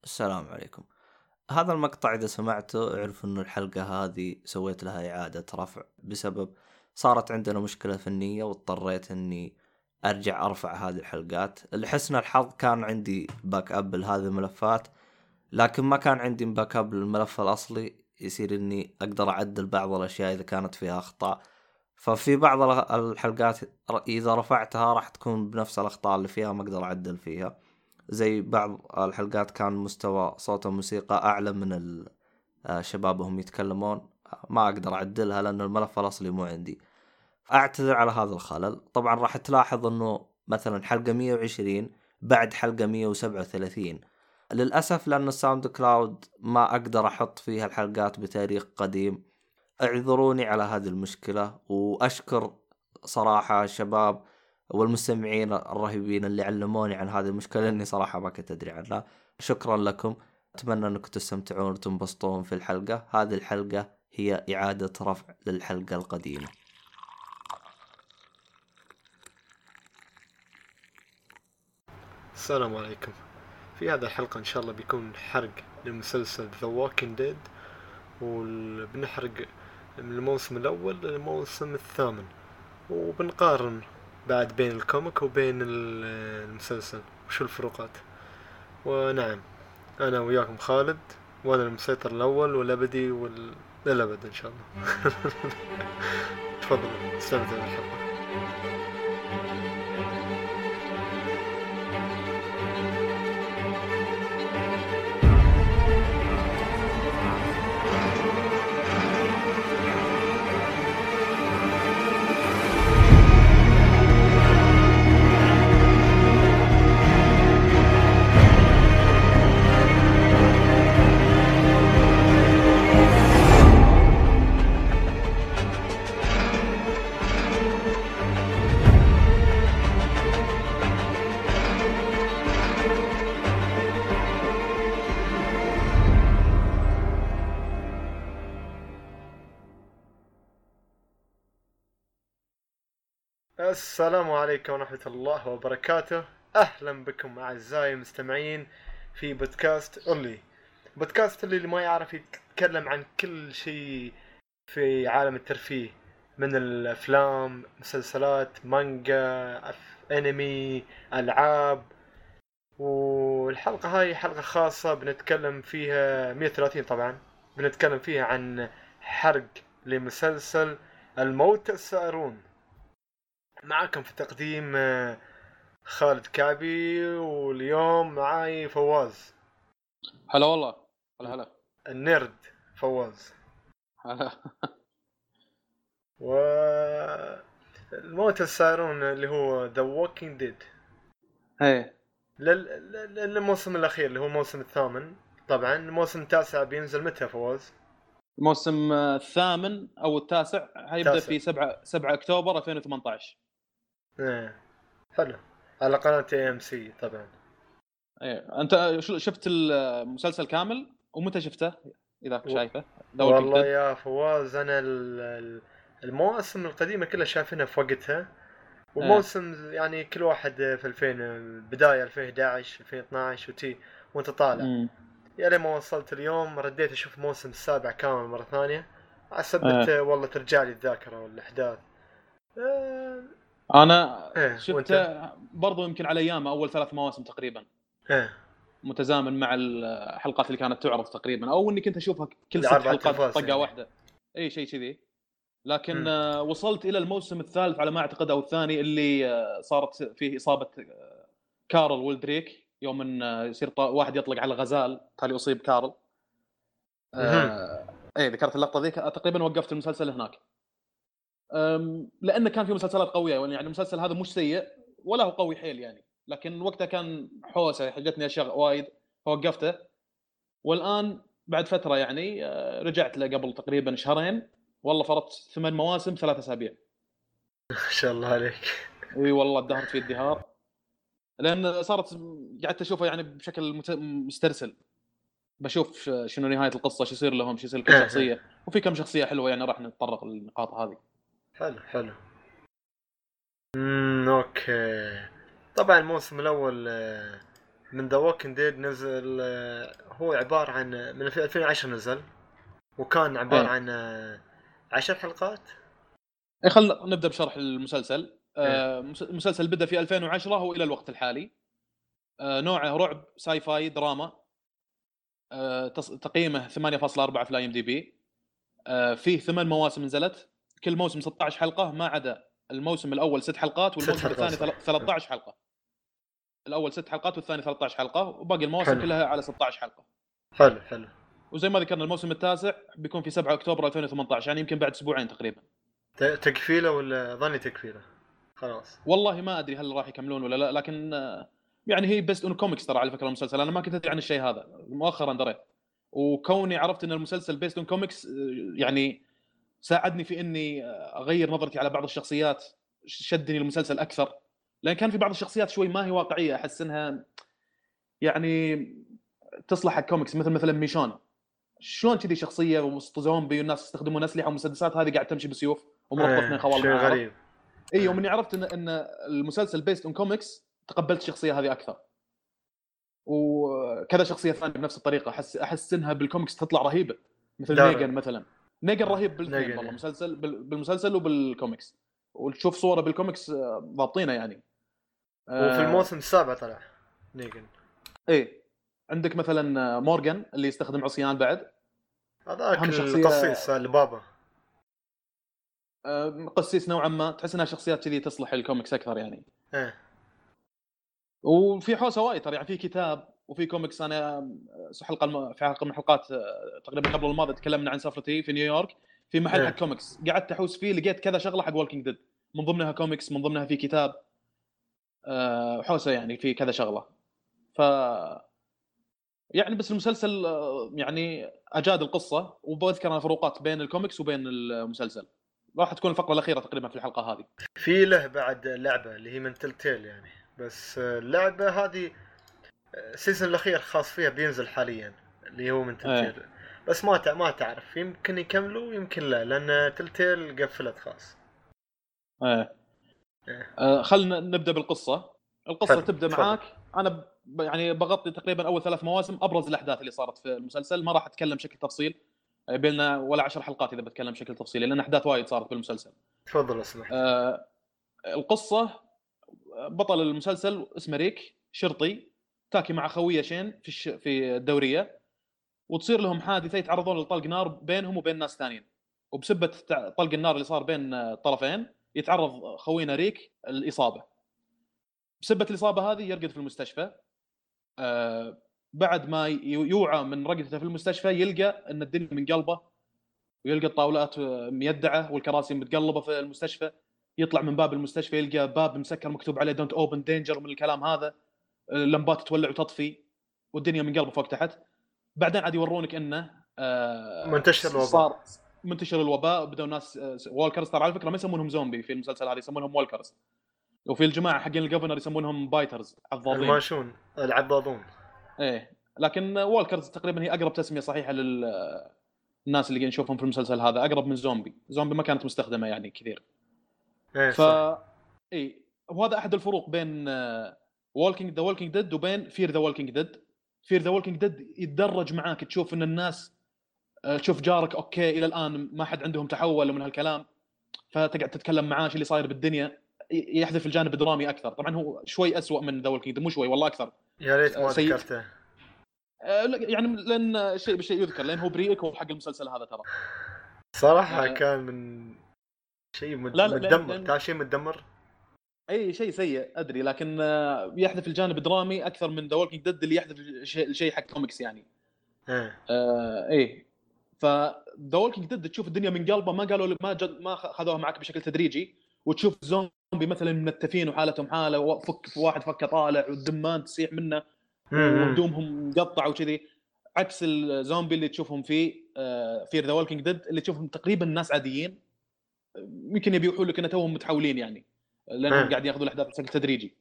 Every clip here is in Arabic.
السلام عليكم. هذا المقطع إذا سمعته اعرف أن الحلقة هذه سويت لها إعادة رفع بسبب صارت عندنا مشكلة فنية واضطريت أني أرجع أرفع هذه الحلقات. لحسن الحظ كان عندي باك أب لهذه الملفات، لكن ما كان عندي باك أب للملف الأصلي يصير أني أقدر أعدل بعض الأشياء إذا كانت فيها أخطاء. ففي بعض الحلقات إذا رفعتها راح تكون بنفس الأخطاء اللي فيها، ما أقدر أعدل فيها. زي بعض الحلقات كان مستوى صوت الموسيقى أعلى من الشباب وهم يتكلمون، ما أقدر أعدلها لأن الملف الأصلي مو عندي. أعتذر على هذا الخلل. طبعا راح تلاحظ أنه مثلا حلقة 120 بعد حلقة 137 للأسف، لأن الساوند كلاود ما أقدر أحط فيها الحلقات بتاريخ قديم. اعذروني على هذه المشكلة، وأشكر صراحة الشباب والمستمعين الرهيبين اللي علموني عن هذه المشكلة، لأني صراحة ما كنت أدري عنها. شكرا لكم. أتمنى أنكم تستمتعون وتنبسطون في الحلقة. هذه الحلقة هي إعادة رفع للحلقة القديمة. السلام عليكم. في هذا الحلقة إن شاء الله بيكون حرق لمسلسل The Walking Dead، وبنحرق من الموسم الأول للموسم الثامن، وبنقارن بعد بين الكوميك وبين المسلسل وشو الفروقات. ونعم، أنا وياكم خالد، وأنا المسيطر الأول والأبدي للأبد إن شاء الله. تفضلوا استمتعوا بالحلقة. السلام عليكم ورحمة الله وبركاته. أهلا بكم أعزائي المستمعين في بودكاست أولي. بودكاست اللي ما يعرف يتكلم عن كل شيء في عالم الترفيه، من الأفلام، مسلسلات، مانجا، أنمي، ألعاب. والحلقة هاي حلقة خاصة بنتكلم فيها 130 طبعا، بنتكلم فيها عن حرق لمسلسل الموت السائرون. معكم في التقديم خالد كعبي، واليوم معاي فواز. هلا والله. هلا النيرد فواز. هلا. والموت السائرون اللي هو The Walking Dead ايه، للموسم الأخير اللي هو الموسم الثامن. طبعا الموسم التاسع بينزل متى فواز؟ الموسم الثامن او التاسع هيبدا تاسع. في 7 اكتوبر 2018. ايه حلو، على قناة AMC طبعا. ايه، انت شفت المسلسل كامل ومتى شفته اذا شايفه؟ والله يا فواز انا المواسم القديمة كلها شايفينها في وقتها، وموسم يعني كل واحد في 2000 بداية 2011 2012 وتي وانت طالع. يا لين ما وصلت اليوم رديت اشوف موسم السابع كامل مرة ثانية على سبة والله ترجع لي الذاكرة والأحداث. انا شفته وانت؟ برضو يمكن على ايام اول 3 مواسم تقريبا، متزامن مع الحلقات اللي كانت تعرض تقريبا، او اني كنت اشوفها كل 6 حلقات طقه يعني. واحده، اي شيء كذي. لكن وصلت الى الموسم الثالث على ما اعتقد او الثاني، اللي صارت فيه اصابه كارل ولدريك، يوم ان يصير واحد يطلق على الغزال تالي يصيب كارل. اي ذكرت اللقطه ذيك تقريبا. وقفت المسلسل هناك لانه كان في مسلسلات قويه، يعني المسلسل هذا مش سيء ولا هو قوي حيل يعني، لكن وقتها كان حوسه حقتني اشياء وايد فوقفته. والان بعد فتره يعني رجعت له قبل تقريبا شهرين. والله فرضت 8 مواسم 3 أسابيع. ما شاء الله عليك. اي والله ادهرت في الدهار، لان صارت قعدت اشوفه يعني بشكل مسترسل، بشوف شنو نهايه القصه، شو يصير لهم، شو يصير لكل شخصيه، وفي كم شخصيه حلوه يعني راح نتطرق للنقاط هذه. حلو. اوكي. طبعا الموسم الاول من ذا ووكينج ديد نزل هو عبارة عن من 2010 نزل، وكان عبارة عن 10 حلقات. خلنا نبدا بشرح المسلسل. إيه. المسلسل بدا في 2010 والى الوقت الحالي. نوعه رعب ساي فاي دراما. تقييمه 8.4 في IMDb. فيه 8 مواسم نزلت، كل موسم 16 حلقة ما عدا الموسم الأول 6 حلقات والموسم الثاني 13 حلقة. الأول 6 حلقات والثاني 13 حلقة، وباقي المواسم حلو. كلها على 16 حلقة. حلو. وزي ما ذكرنا الموسم التاسع بيكون في 7 أكتوبر 2018، يعني يمكن بعد أسبوعين تقريبا. تكفيله ولا ظني تكفيله خلاص؟ والله ما أدري هل راح يكملون ولا لا، لكن يعني هي بيست اون كوميكس ترى على فكرة المسلسل. أنا ما كنت أدري عن الشيء هذا، مؤخرا دريت، وكوني عرفت أن المسلسل بيست اون كوميكس يعني ساعدني في اني اغير نظرتي على بعض الشخصيات، شدني المسلسل اكثر، لان كان في بعض الشخصيات شوي ما هي واقعيه، احس انها يعني تصلح حق كوميكس، مثلا ميشون، شلون كذي شخصيه وسط زومبي والناس يستخدمون اسلحه ومسدسات، هذه قاعد تمشي بسيوف ومربط اثنين خوال شيء معاه. غريب. اي يوم اني عرفت ان المسلسل بيست اون كوميكس تقبلت الشخصيه هذه اكثر، وكذا شخصيه ثانيه بنفس الطريقه احس انها بالكوميكس تطلع رهيبه، مثل نيجن مثلا. نيجن رهيب بالاثنين والله، مسلسل بالمسلسل وبالكوميكس، وتشوف صوره بالكوميكس ضابطينه يعني. وفي الموسم السابع طلع نيجن. ايه عندك مثلا مورغان اللي يستخدم عصيان بعد، هذاك القصيص البابا، قسيس نوعا ما، تحس انها شخصيات كذي تصلح الكوميكس اكثر يعني. ايه. وفي حوسه وايد ترى، يعني في كتاب وفي كوميكس. انا في حلقه من الحلقات تقريبا قبل الماضي تكلمنا عن سفرتي في نيويورك، في محل حق كوميكس قعدت احوس فيه، لقيت كذا شغله حق وولكينج ديد، من ضمنها كوميكس، من ضمنها في كتاب. حوسه يعني في كذا شغله. ف يعني بس المسلسل يعني اجاد القصه، وبذكر انا فروقات بين الكوميكس وبين المسلسل. راح تكون الفقره الاخيره تقريبا في الحلقه هذه. في له بعد لعبه اللي هي من تلتيل يعني، بس اللعبه هذه السيزون الاخير خاص فيها بينزل حاليا، اللي هو من تلتيل. بس ما تعرف، يمكن يكملوا يمكن لا، لان تلتيل قفلت خاص. خلنا نبدا بالقصه. القصه تبدا معاك. انا يعني بغطي تقريبا اول 3 مواسم، ابرز الاحداث اللي صارت في المسلسل. ما راح اتكلم بشكل تفصيل، بيننا ولا 10 حلقات اذا بتكلم بشكل تفصيلي، لان احداث وايد صارت بالمسلسل. تفضل اسمح. القصه بطل المسلسل اسمه ريك، شرطي تاكي مع خويه شين في الدوريه، وتصير لهم حادثه، يتعرضون لطلق نار بينهم وبين ناس ثانيين، وبسبه طلق النار اللي صار بين الطرفين يتعرض خوينا ريك الاصابه. بسبه الاصابه هذه يرقد في المستشفى. بعد ما يوعى من رقدته في المستشفى يلقى ان الدنيا من قلبه، ويلقى الطاولات ميدعه والكراسي متقلبه في المستشفى. يطلع من باب المستشفى يلقى باب مسكر مكتوب عليه دونت اوبن دينجر من الكلام هذا، اللمبات تولع وتطفي والدنيا من قلبه فوق تحت. بعدين عاد يورونك انه صار منتشر الوباء، بدون ناس والكرز. ترى على فكره ما يسمونهم زومبي في المسلسل هذا، يسمونهم والكرز، وفي الجماعه حقين الجفنر يسمونهم بايترز، عضاضين، الماشون، العضاضون. ايه لكن والكرز تقريبا هي اقرب تسميه صحيحه للناس اللي نشوفهم في المسلسل هذا، اقرب من زومبي ما كانت مستخدمه يعني كثير. ف اي وهذا احد الفروق بين ذا ووكينج ديد وبين فير ذا ووكينج ديد. فير ذا ووكينج ديد يتدرج معاك، تشوف ان الناس تشوف جارك اوكي الى الان ما حد عندهم تحول من هالكلام، فتقعد تتكلم معاه شو اللي صاير بالدنيا، يحذف الجانب الدرامي اكثر. طبعا هو شوي أسوأ من ذا ووكينج ديد، مو شوي والله اكثر. يا ريت ما ذكرته يعني لان شيء بشيء يذكر، لان هو بريك وحق المسلسل هذا ترى صراحه كان من شيء متدمر. كان شيء متدمر، اي شيء سيء ادري، لكن يحذف الجانب الدرامي اكثر من ذا ووكينج ديد اللي يحذف الشيء حق كوميكس يعني. ايه فذا ووكينج ديد تشوف الدنيا من قلبه، ما قالوا ما خذوها معك بشكل تدريجي، وتشوف زومبي مثلا منتفين وحالتهم حاله، واحد فكه طالع والدمان تسيح منه وهدومهم مقطعه وكذي، عكس الزومبي اللي تشوفهم في فير ذا ووكينج ديد، اللي تشوفهم تقريبا ناس عاديين، يمكن يبي يقول لك ان توهم متحولين يعني، لانهم قاعد ياخذوا الاحداث بشكل تدريجي.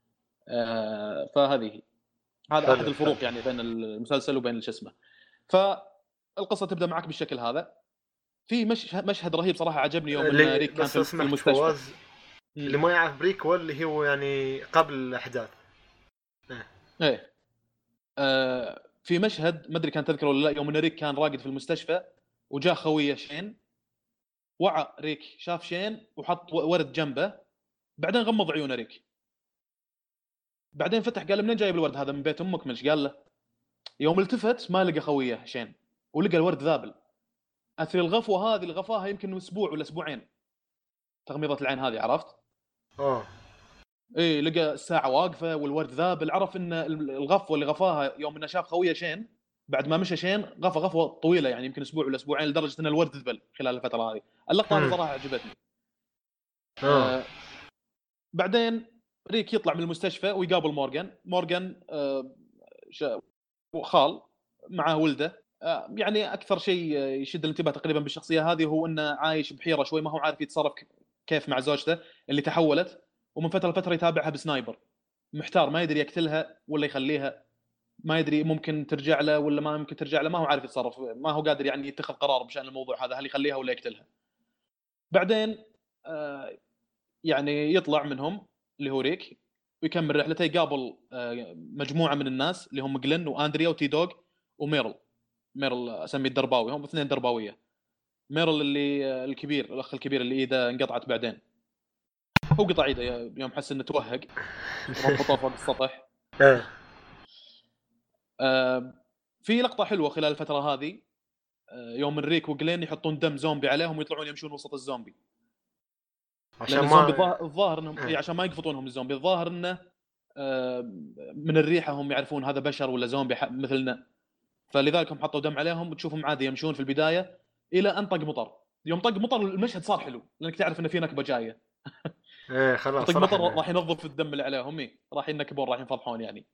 فهذه هذا احد الفروق يعني بين المسلسل وبين شو اسمه. فالقصه تبدا معك بالشكل هذا. في مشهد رهيب صراحه عجبني يوم ان ريك كان في المستشفى. اللي ما يعرف بريك اللي هو يعني قبل الاحداث. ايه في مشهد ما ادري كان تذكره ولا لا، يوم ان ريك كان راقد في المستشفى وجاء خويه شين، وعى ريك شاف شين وحط ورد جنبه، بعدين غمض عيونه ريك، بعدين فتح قال له منين جايب الورد هذا؟ من بيت امك؟ منش قال له. يوم التفت ما لقى خويه شين ولقى الورد ذابل. اثر الغفوه هذه اللي غفاها يمكن اسبوع ولا اسبوعين، تغميضه العين هذه، عرفت؟ ايه، لقى الساعه واقفه والورد ذابل، عرف ان الغفوه اللي غفاها يوم انه شاف خويه شين بعد ما مشى شين، غفى غفوه طويله يعني يمكن اسبوع ولا اسبوعين، لدرجه ان الورد ذبل خلال الفتره هذه. اللقطه هذه صراحه عجبتني. بعدين ريك يطلع من المستشفى ويقابل مورغان خال معه ولده. يعني اكثر شيء يشد الانتباه تقريبا بالشخصيه هذه هو انه عايش بحيره شوي، ما هو عارف يتصرف كيف مع زوجته اللي تحولت، ومن فتره لفتره يتابعها بسنايبر، محتار ما يدري يقتلها ولا يخليها، ما يدري ممكن ترجع له ولا ما ممكن ترجع له، ما هو عارف يتصرف، ما هو قادر يعني يتخذ قرار بشان الموضوع هذا، هل يخليها ولا يقتلها. بعدين يعني يطلع منهم اللي هو ريك ويكمل رحلته، يقابل مجموعه من الناس اللي هم جلين واندريا وتي دوغ وميرل. ميرل اسميه الدرباوي، هم اثنين درباويه. ميرل اللي الكبير، الاخ الكبير اللي ايده انقطعت بعدين، هو قطع ايده يوم حس انه توهق ربطه فوق السطح. في لقطه حلوه خلال الفتره هذه، يوم ريك وجلين يحطون دم زومبي عليهم ويطلعون يمشون وسط الزومبي، عشان الزومبي الظاهر انهم عشان ما يقفطونهم الزومبي، الظاهر انه من الريحه هم يعرفون هذا بشر ولا زومبي مثلنا، فلذلك هم حطوا دم عليهم وتشوفهم عادي يمشون في البدايه الى ان طق مطر. يوم طق مطر المشهد صار حلو لانك تعرف ان في نكبه جايه. خلاص طق مطر راح ينظف الدم اللي عليهم، راح ينكبون، راح ينفضحون يعني.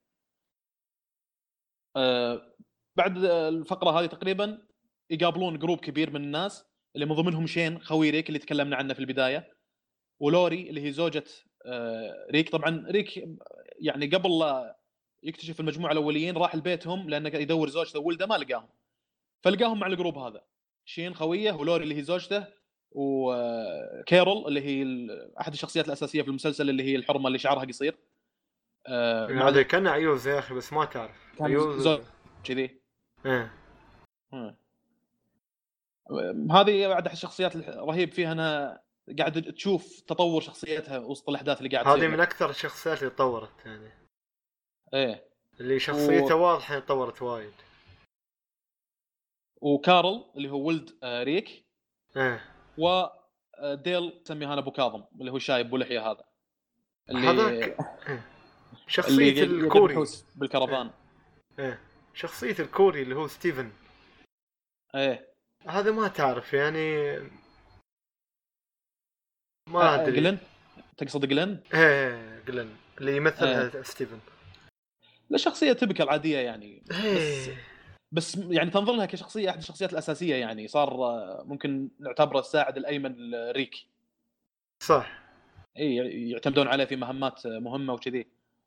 بعد الفقره هذه تقريبا يقابلون جروب كبير من الناس اللي من ضمنهم شين خوي ريك اللي تكلمنا عنه في البدايه، ولوري اللي هي زوجة ريك. طبعا ريك يعني قبل لا يكتشف المجموعة الأوليين راح لبيتهم لأنه يدور زوجته وولده، ما لقاهم، فلقاهم مع الجروب هذا، شين خويه ولوري اللي هي زوجته وكيرول اللي هي أحد الشخصيات الأساسية في المسلسل اللي هي الحرمة اللي شعرها قصير. هذا كان عيوز يا أخي بس ما تعرف عيوز كذي. هذه بعد أحد الشخصيات الرهيب فيها أنا قاعد تشوف تطور شخصيتها وسط الاحداث اللي قاعد تصير. هذه من اكثر الشخصيات اللي تطورت يعني. اللي شخصيته واضحه تطورت وايد. وكارل اللي هو ولد ريك. وديل سميه انا ابو كاظم اللي هو شايب بلحيه هذا اللي هذاك شخصيه الكوري بالكرفان. شخصيه الكوري اللي هو ستيفن. هذا ما تعرف يعني، ما ادري. جلين تقصد جلين؟ جلين اللي يمثلها ستيفن. لا شخصيه تبكى عاديه يعني، بس يعني تنظر لها كشخصيه احد الشخصيات الاساسيه يعني، صار ممكن نعتبره الساعد الايمن لريك. صح. يعتمدون عليه في مهمات مهمه وكذي.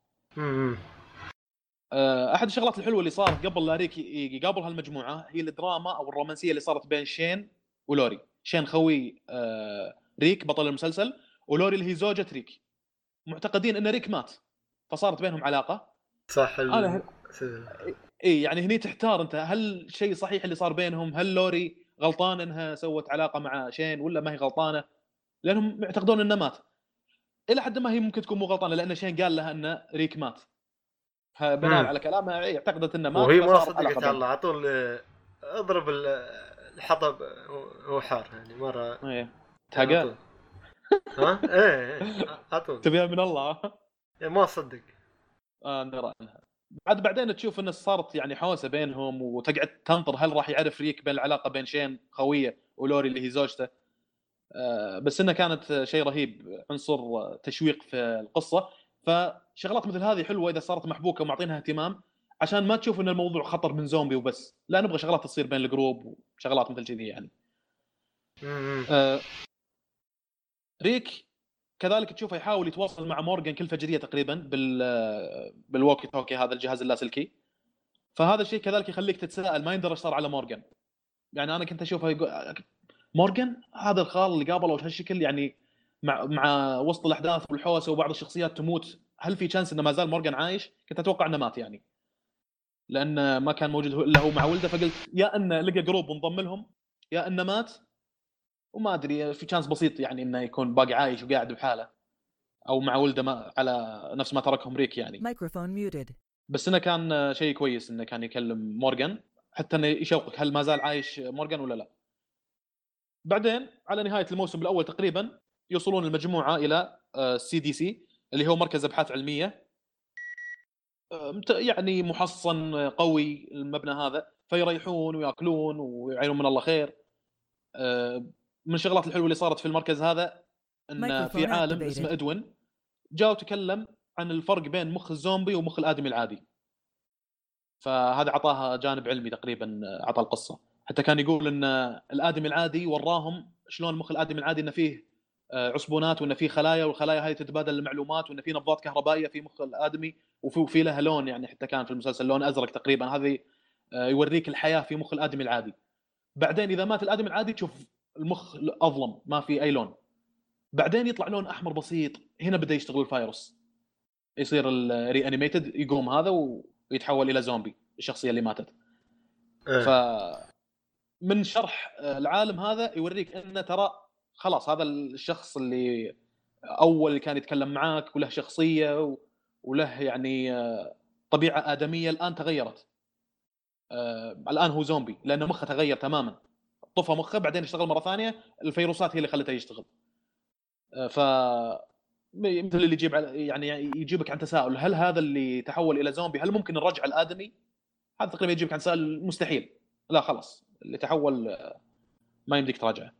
احد الشغلات الحلوه اللي صارت قبل لا ريك يقابل هالمجموعه هي الدراما او الرومانسيه اللي صارت بين شين ولوري. شين خوي ريك بطل المسلسل، ولوري اللي هي زوجة ريك، معتقدين ان ريك مات، فصارت بينهم علاقه. صح. يعني هني تحتار انت، هل شيء صحيح اللي صار بينهم؟ هل لوري غلطان انها سوت علاقه مع شين ولا ما هي غلطانه؟ لانهم يعتقدون انه مات. الى حد ما هي ممكن تكون مو غلطانه لان شين قال لها ان ريك مات، فبناء على كلامها اعتقدت انه مات، وهي ما صدقت. الله على طول اضرب الحطب هو حار يعني مره. تهقى عطول تبيها من الله. ما صدق. نرى عنها بعدين تشوف ان صارت يعني حوسه بينهم، وتقعد تنطر هل راح يعرف ريك بين العلاقه بين شين خويه ولوري اللي هي زوجته. بس انها كانت شيء رهيب، عنصر تشويق في القصه. فشغلات مثل هذه حلوه اذا صارت محبوكه ومعطينها اهتمام، عشان ما تشوف ان الموضوع خطر من زومبي وبس، لا نبغى شغلات تصير بين الجروب وشغلات مثل كذي يعني. ريك كذلك تشوفه يحاول يتواصل مع مورغان كل فجريه تقريبا بالووكي توكي، هذا الجهاز اللاسلكي. فهذا الشيء كذلك يخليك تتساءل ما يندرى ايش صار على مورغان. يعني انا كنت اشوفه مورغان هذا الخال اللي قابله وهالشكل يعني، مع وسط الاحداث والحوسه وبعض الشخصيات تموت، هل في شانس انه ما زال مورغان عايش؟ كنت اتوقع انه مات يعني. لان ما كان موجود الا هو مع ولده، فقلت يا انه لقى جروب وانضم لهم يا انه مات، وما ادري في شانس بسيط يعني انه يكون باقي عايش وقاعد بحاله او مع ولده ما على نفس ما تركهم ريك يعني. بس انه كان شيء كويس انه كان يكلم مورغان، حتى انه يشوقك هل ما زال عايش مورغان ولا لا. بعدين على نهايه الموسم الاول تقريبا يوصلون المجموعه الى CDC اللي هو مركز ابحاث علميه، يعني محصن قوي المبنى هذا، فيريحون وياكلون ويعينون من الله خير. من الشغلات الحلوه اللي صارت في المركز هذا ان في عالم اسمه ادوين جاء وتكلم عن الفرق بين مخ الزومبي ومخ الادمي العادي، فهذا عطاها جانب علمي تقريبا، عطى القصه. حتى كان يقول ان الادمي العادي وراهم شلون مخ الادمي العادي انه فيه عصبونات وانه فيه خلايا، والخلايا هاي تتبادل المعلومات، وانه فيه نبضات كهربائيه في مخ الادمي، وفي لها لون يعني، حتى كان في المسلسل لون ازرق تقريبا، هذه يوريك الحياه في مخ الادمي العادي. بعدين اذا مات الادمي العادي تشوف المخ اظلم ما في اي لون، بعدين يطلع لون احمر بسيط، هنا بدا يشتغل الفيروس، يصير الري انيميتد، يقوم هذا ويتحول الى زومبي الشخصيه اللي ماتت. ف من شرح العالم هذا يوريك انه ترى خلاص هذا الشخص اللي اول اللي كان يتكلم معاك وله شخصيه وله يعني طبيعه ادميه، الان تغيرت. الان هو زومبي لانه مخه تغير تماما، طفى مخه بعدين اشتغل مره ثانيه، الفيروسات هي اللي خلته يشتغل. ف مثل اللي يجيب يعني يجيبك عن تساؤل، هل هذا اللي تحول الى زومبي هل ممكن نرجع الادمي؟ هذا تقريبا يجيبك عن تساؤل مستحيل، لا خلاص اللي تحول ما يمديك تراجعه.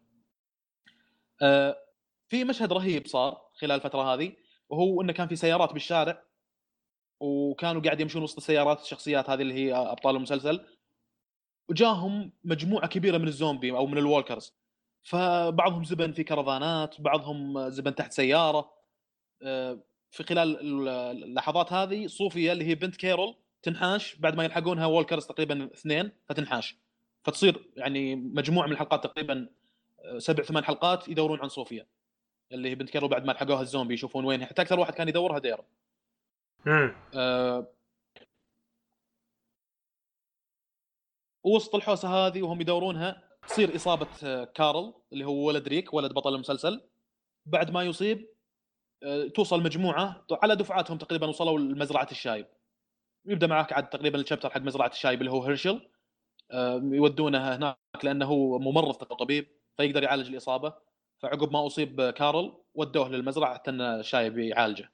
في مشهد رهيب صار خلال الفتره هذه، وهو انه كان في سيارات بالشارع وكانوا قاعد يمشون وسط السيارات الشخصيات هذه اللي هي ابطال المسلسل، وجاهم مجموعه كبيره من الزومبي او من الوالكرز، فبعضهم زبن في كرفانات، بعضهم زبن تحت سياره. في خلال اللحظات هذه صوفيا اللي هي بنت كيرول تنحاش بعد ما يلحقونها وولكرز تقريبا 2، فتنحاش، فتصير يعني مجموعه من الحلقات تقريبا 7-8 حلقات يدورون عن صوفيا اللي هي بنت كيرول بعد ما لحقوها الزومبي، يشوفون وين، حتى اكثر واحد كان يدورها دير. وسط الحوسه هذه وهم يدورونها تصير اصابه كارل اللي هو ولد ريك ولد بطل المسلسل. بعد ما يصيب توصل مجموعه على دفعاتهم تقريبا، وصلوا لمزرعه الشايب. يبدا معك عاد تقريبا الشابتر حق مزرعه الشايب اللي هو هيرشل، يودونه هناك لانه هو ممرض طبيب فيقدر يعالج الاصابه. فعقب ما اصيب كارل ودوه للمزرعه حتى ان الشايب يعالجه.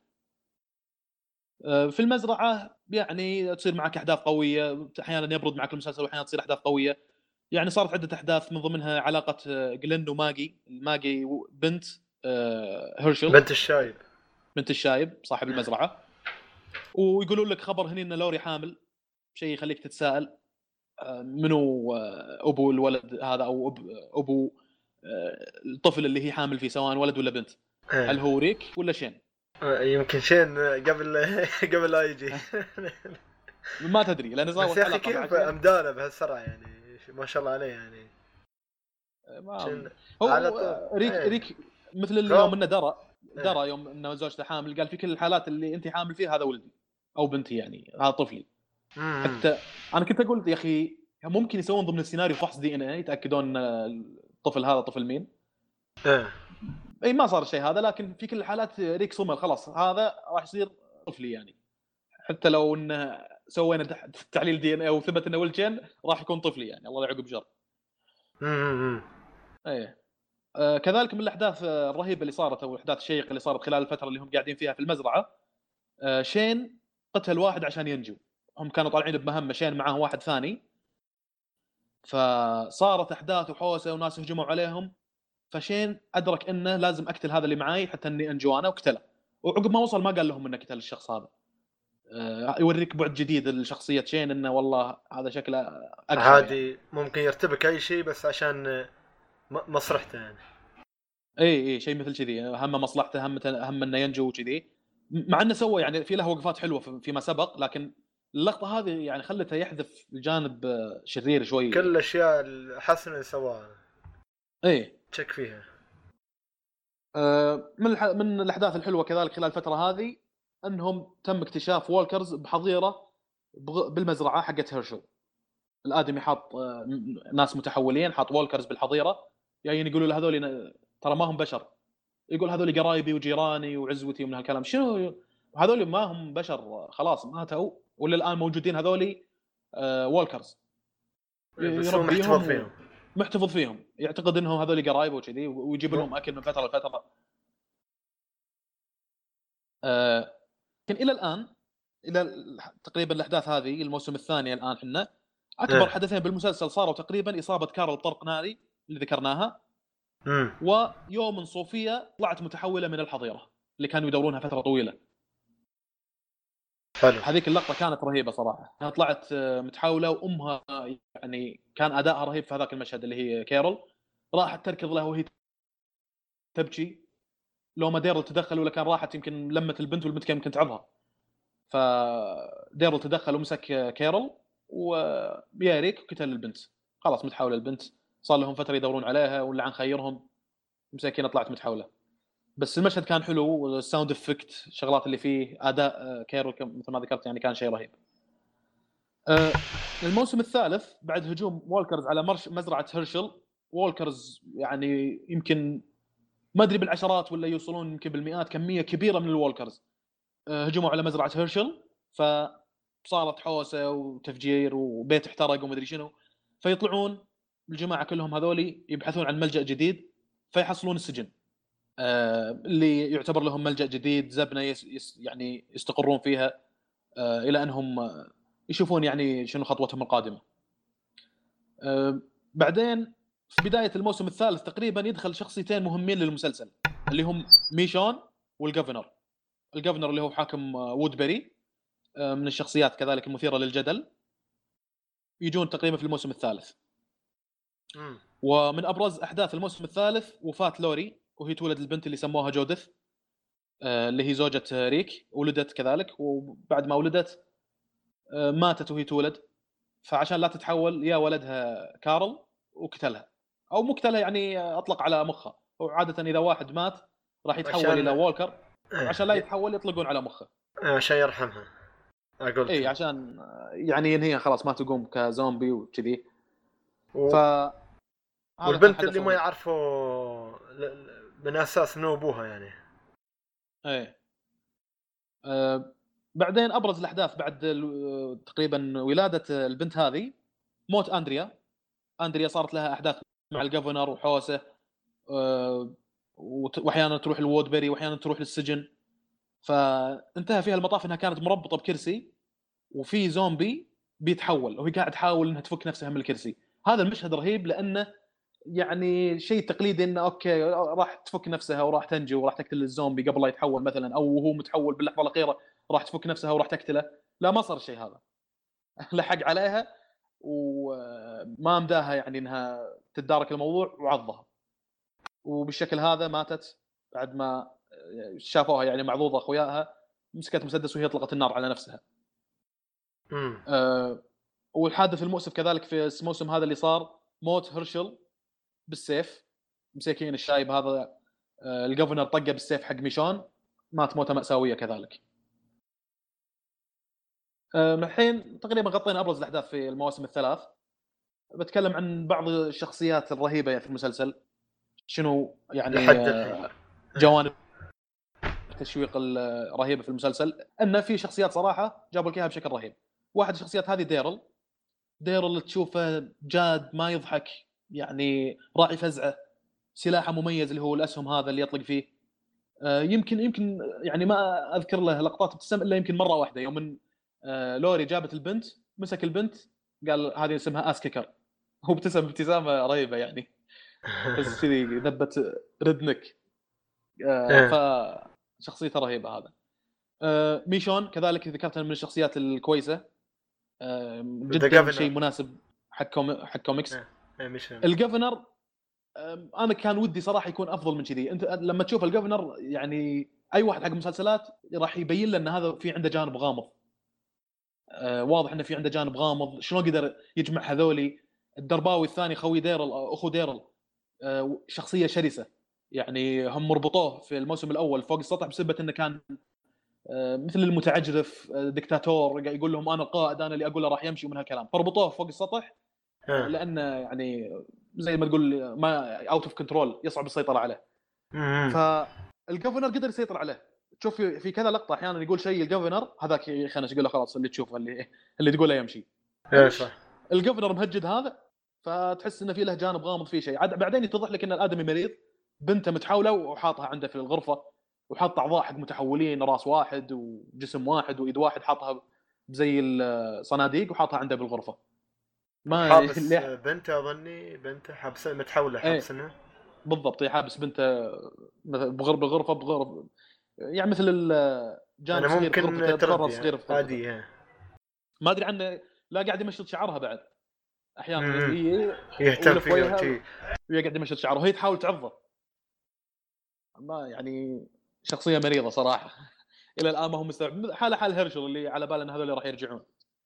في المزرعه يعني تصير معك احداث قويه، احيانا يبرد معك المسلسل واحيانا تصير احداث قويه. يعني صارت عده احداث من ضمنها علاقه جلين وماجي. ماجي بنت هيرشل، بنت الشايب صاحب المزرعه. ويقولون لك خبر هني ان لوري حامل، شيء يخليك تتساءل منو ابو الولد هذا او ابو الطفل اللي هي حامل فيه، سواء ولد ولا بنت. هل هو ريك ولا شين؟ يمكن شين قبل لا يجي. ما تدري لان صار بس يا اخي كيف امدانه بهالسرعه يعني، ما شاء الله عليه يعني. هو ريك مثل اللي يوم انه درى يوم انه زوجته حامل، قال في كل الحالات اللي انت حامل فيها هذا ولدي او بنتي، يعني هذا طفلي. حتى انا كنت اقول يا اخي ممكن يسوون ضمن السيناريو فحص DNA يتاكدون الطفل هذا طفل مين. اي ما صار الشيء هذا، لكن في كل الحالات ريك صمل خلاص هذا راح يصير طفلي يعني. حتى لو انه سوينا تحليل DNA وثبت انه ولد شين راح يكون طفلي يعني، الله يعقب شر. ايه كذلك من الاحداث الرهيبه اللي صارت او الاحداث الشيقه اللي صارت خلال الفتره اللي هم قاعدين فيها في المزرعه، شين قتل واحد عشان ينجو. هم كانوا طالعين بمهمه، شين معاه واحد ثاني، فصارت احداث وحوسه وناس هجموا عليهم. فشين ادرك انه لازم اقتل هذا اللي معاي حتى اني انجو انا، وقتله. وعقب ما وصل ما قال لهم انه قتل الشخص هذا. يوريك بعد جديد لشخصيه شين، انه والله هذا شكله عادي يعني. ممكن يرتبك اي شيء بس عشان مصلحته يعني. اي شيء مثل كذي، هم مصلحته هم انه ينجو وكذي. مع انه سوى يعني في له وقفات حلوه فيما سبق، لكن اللقطه هذه يعني خلته يحذف الجانب شرير شوي. كل الاشياء الحسنه اللي سواها ايه تشك فيها. من الاحداث الحلوه كذلك خلال الفتره هذه انهم تم اكتشاف وولكرز بحظيره بالمزرعه حقت هيرشل. الادمي حاط ناس متحولين، حاط وولكرز بالحظيره، جايين يقولوا له هذول ترى ما هم بشر. يقول هذول قرايبي وجيراني وعزوتي ومن هالكلام. شنو هذول؟ ما هم بشر، خلاص ماتوا ولا الان موجودين هذول وولكرز. بس هو محتفظ فيهم. محتفظ فيهم، يعتقد انهم هذول قرايبه وكذي، ويجيب لهم اكل من فتره لفتره. لكن الى الان، الى تقريبا الاحداث هذه الموسم الثاني الان احنا اكبر حدثين بالمسلسل صاروا تقريبا اصابه كارل طرق ناري اللي ذكرناها، ويوم صوفيا طلعت متحوله من الحظيره اللي كانوا يدورونها فتره طويله. حلو. هذيك اللقطه كانت رهيبه صراحه، كانت طلعت متحوله وامها يعني كان ادائها رهيب في هذاك المشهد اللي هي كيرل راحت تركض له وهي تبكي. لو ما ديرل تدخل ولا كان راحت يمكن لمت البنت والبنت كان يمكن تعضها. فديرل تدخل ومسك كيرل وبياريك وقتل البنت. خلاص متحوله البنت، صار لهم فتره يدورون عليها واللي عن خيرهم مساكينه طلعت متحوله. بس المشهد كان حلو، والساوند افكت الشغلات اللي فيه، اداء كيرل مثل ما ذكرت يعني كان شيء رهيب. الموسم الثالث بعد هجوم وولكرز على مزرعه هيرشل. وولكرز يعني يمكن ما ادري بالعشرات ولا يوصلون يمكن بالمئات، كميه كبيره من الوولكرز هجموا على مزرعه هيرشل، فصارت حوسه وتفجير وبيت احترق وما ادري شنو. فيطلعون الجماعه كلهم هذولي يبحثون عن ملجأ جديد، فيحصلون السجن اللي يعتبر لهم ملجأ جديد، زبنه يعني يستقرون فيها الى انهم يشوفون يعني شنو خطوتهم القادمه. بعدين في بدايه الموسم الثالث تقريبا يدخل شخصيتين مهمين للمسلسل اللي هم ميشون والجفنر. الجفنر اللي هو حاكم وودبري من الشخصيات كذلك المثيره للجدل، يجون تقريبا في الموسم الثالث. ومن ابرز احداث الموسم الثالث وفاه لوري، وهي تولد البنت اللي سموها جودث اللي هي زوجة ريك، ولدت كذلك، وبعد ما ولدت ماتت وهي تولد. فعشان لا تتحول يا ولدها كارل وقتلها، او مقتلها يعني اطلق على مخها. وعاده اذا واحد مات راح يتحول الى وولكر، عشان لا يتحول يطلقون على مخه عشان يرحمها. اقول اي عشان يعني ينهيها خلاص ما تقوم كزومبي وكذي. والبنت اللي ما يعرفوا من اساس انه ابوها يعني. ايه بعدين ابرز الاحداث بعد تقريبا ولاده البنت هذه موت اندريا. صارت لها احداث مع الجفنر وحوسه، واحيانا تروح الوودبري واحيانا تروح للسجن. فانتهى فيها المطاف انها كانت مربطه بكرسي وفي زومبي بيتحول وهي قاعد تحاول انها تفك نفسها من الكرسي. هذا المشهد رهيب لانه يعني شيء تقليدي انه اوكي راح تفك نفسها وراح تنجو وراح تقتل الزومبي قبل لا يتحول مثلا، او هو متحول باللحظه الاخيره راح تفك نفسها وراح تقتله. لا ما صار الشيء هذا. لحق عليها وما مداها يعني انها تتدارك الموضوع وعضها، وبالشكل هذا ماتت بعد ما شافوها يعني معضوضه اخوياها. مسكت مسدس وهي اطلقت النار على نفسها. والحادث المؤسف كذلك في الموسم هذا اللي صار موت هيرشل بالسيف، مسكين الشايب هذا الجفنر طقه بالسيف حق ميشون، مات موته مأساوية كذلك. الحين تقريبا غطينا ابرز الاحداث في المواسم الثلاث. بتكلم عن بعض الشخصيات الرهيبه في المسلسل، شنو يعني جوانب التشويق الرهيبه في المسلسل. ان في شخصيات صراحه جابوا لك اياها بشكل رهيب. واحد الشخصيات هذه ديرل تشوفه جاد ما يضحك، يعني راعي فزعه، سلاحه مميز اللي هو الاسهم هذا اللي يطلق فيه. يمكن يعني ما اذكر له لقطات ابتسم الا يمكن مره واحده، يوم من لوري جابت البنت مسك البنت قال هذه اسمها اسكيكر، هو ابتسم ابتسامه رهيبه يعني بس كذي ذبت ردنك. فشخصيته رهيبه هذا. ميشون كذلك ذكرتها من الشخصيات الكويسه جدا، شيء مناسب حق كوميكس. الجفنر انا كان ودي صراحه يكون افضل من كذي. انت لما تشوف الجفنر يعني اي واحد حق مسلسلات راح يبين له ان هذا في عنده جانب غامض. واضح انه في عنده جانب غامض. شلون قدر يجمع هذولي؟ الدرباوي الثاني خوي ديرل اخو ديرل شخصيه شرسه، يعني هم مربطوه في الموسم الاول فوق السطح بسبب انه كان مثل المتعجرف، دكتاتور يقول لهم انا القائد، انا اللي اقول له راح يمشي ومن هالكلام، فربطوه فوق السطح لانه يعني زي ما تقول ما اوت اوف كنترول، يصعب السيطره عليه. فالجفرنر قدر يسيطر عليه. تشوف في كذا لقطه احيانا يقول شيء الجفرنر هذاك يخنش، يقول له خلاص اللي تشوفه اللي تقوله يمشي. صح. الجفرنر مهجد هذا، فتحس انه في له جانب غامض فيه شيء. بعدين يتضح لك ان الادمي مريض، بنته متحوله وحاطها عنده في الغرفه، وحاط اعضاء حق متحولين، راس واحد وجسم واحد وايد واحد، حاطها زي الصناديق وحاطها عنده بالغرفه. ما حابس بنته، اظني بنته حابسه متحوله حابسنها. بالضبط، حابس بنته بغرفه يعني مثل الجانب صغير في غرفته، تقرر صغير في غرفته. ما ادري عنه، لا قاعد يمشط شعرها بعد احيانا، هي يهتم فيها وهي قاعد يمشط شعرها وهي تحاول تعضه. ما يعني شخصيه مريضه صراحه. الى الان ما هو مستوعب حال هيرشل اللي على باله ان هذول راح يرجعون.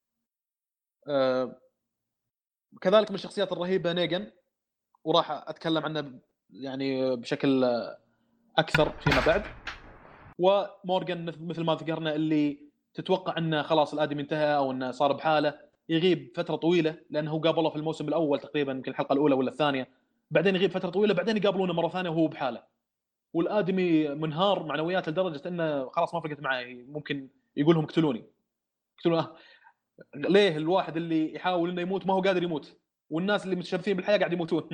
كذلك من الشخصيات الرهيبه نيغان، وراح اتكلم عنه يعني بشكل اكثر فيما بعد. ومورغان مثل ما ذكرنا، اللي تتوقع انه خلاص الادمي انتهى او انه صار بحاله، يغيب فتره طويله لانه قابله في الموسم الاول تقريبا، يمكن الحلقه الاولى ولا الثانيه، بعدين يغيب فتره طويله، بعدين يقابلونه مره ثانيه وهو بحاله، والادمي منهار معنوياته لدرجه انه خلاص ما فرقت معه، ممكن يقول لهم اقتلوني. ليه الواحد اللي يحاول انه يموت ما هو قادر يموت، والناس اللي متشرفين بالحياه قاعد يموتون.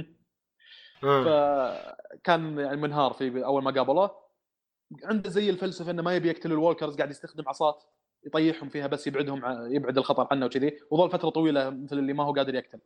فكان يعني منهار في اول ما قابله. عنده زي الفلسفه انه ما يبي يقتل الوولكرز، قاعد يستخدم عصات يطيحهم فيها بس يبعدهم، يبعد الخطر عنه وكذي، وظل فتره طويله مثل اللي ما هو قادر يقتل.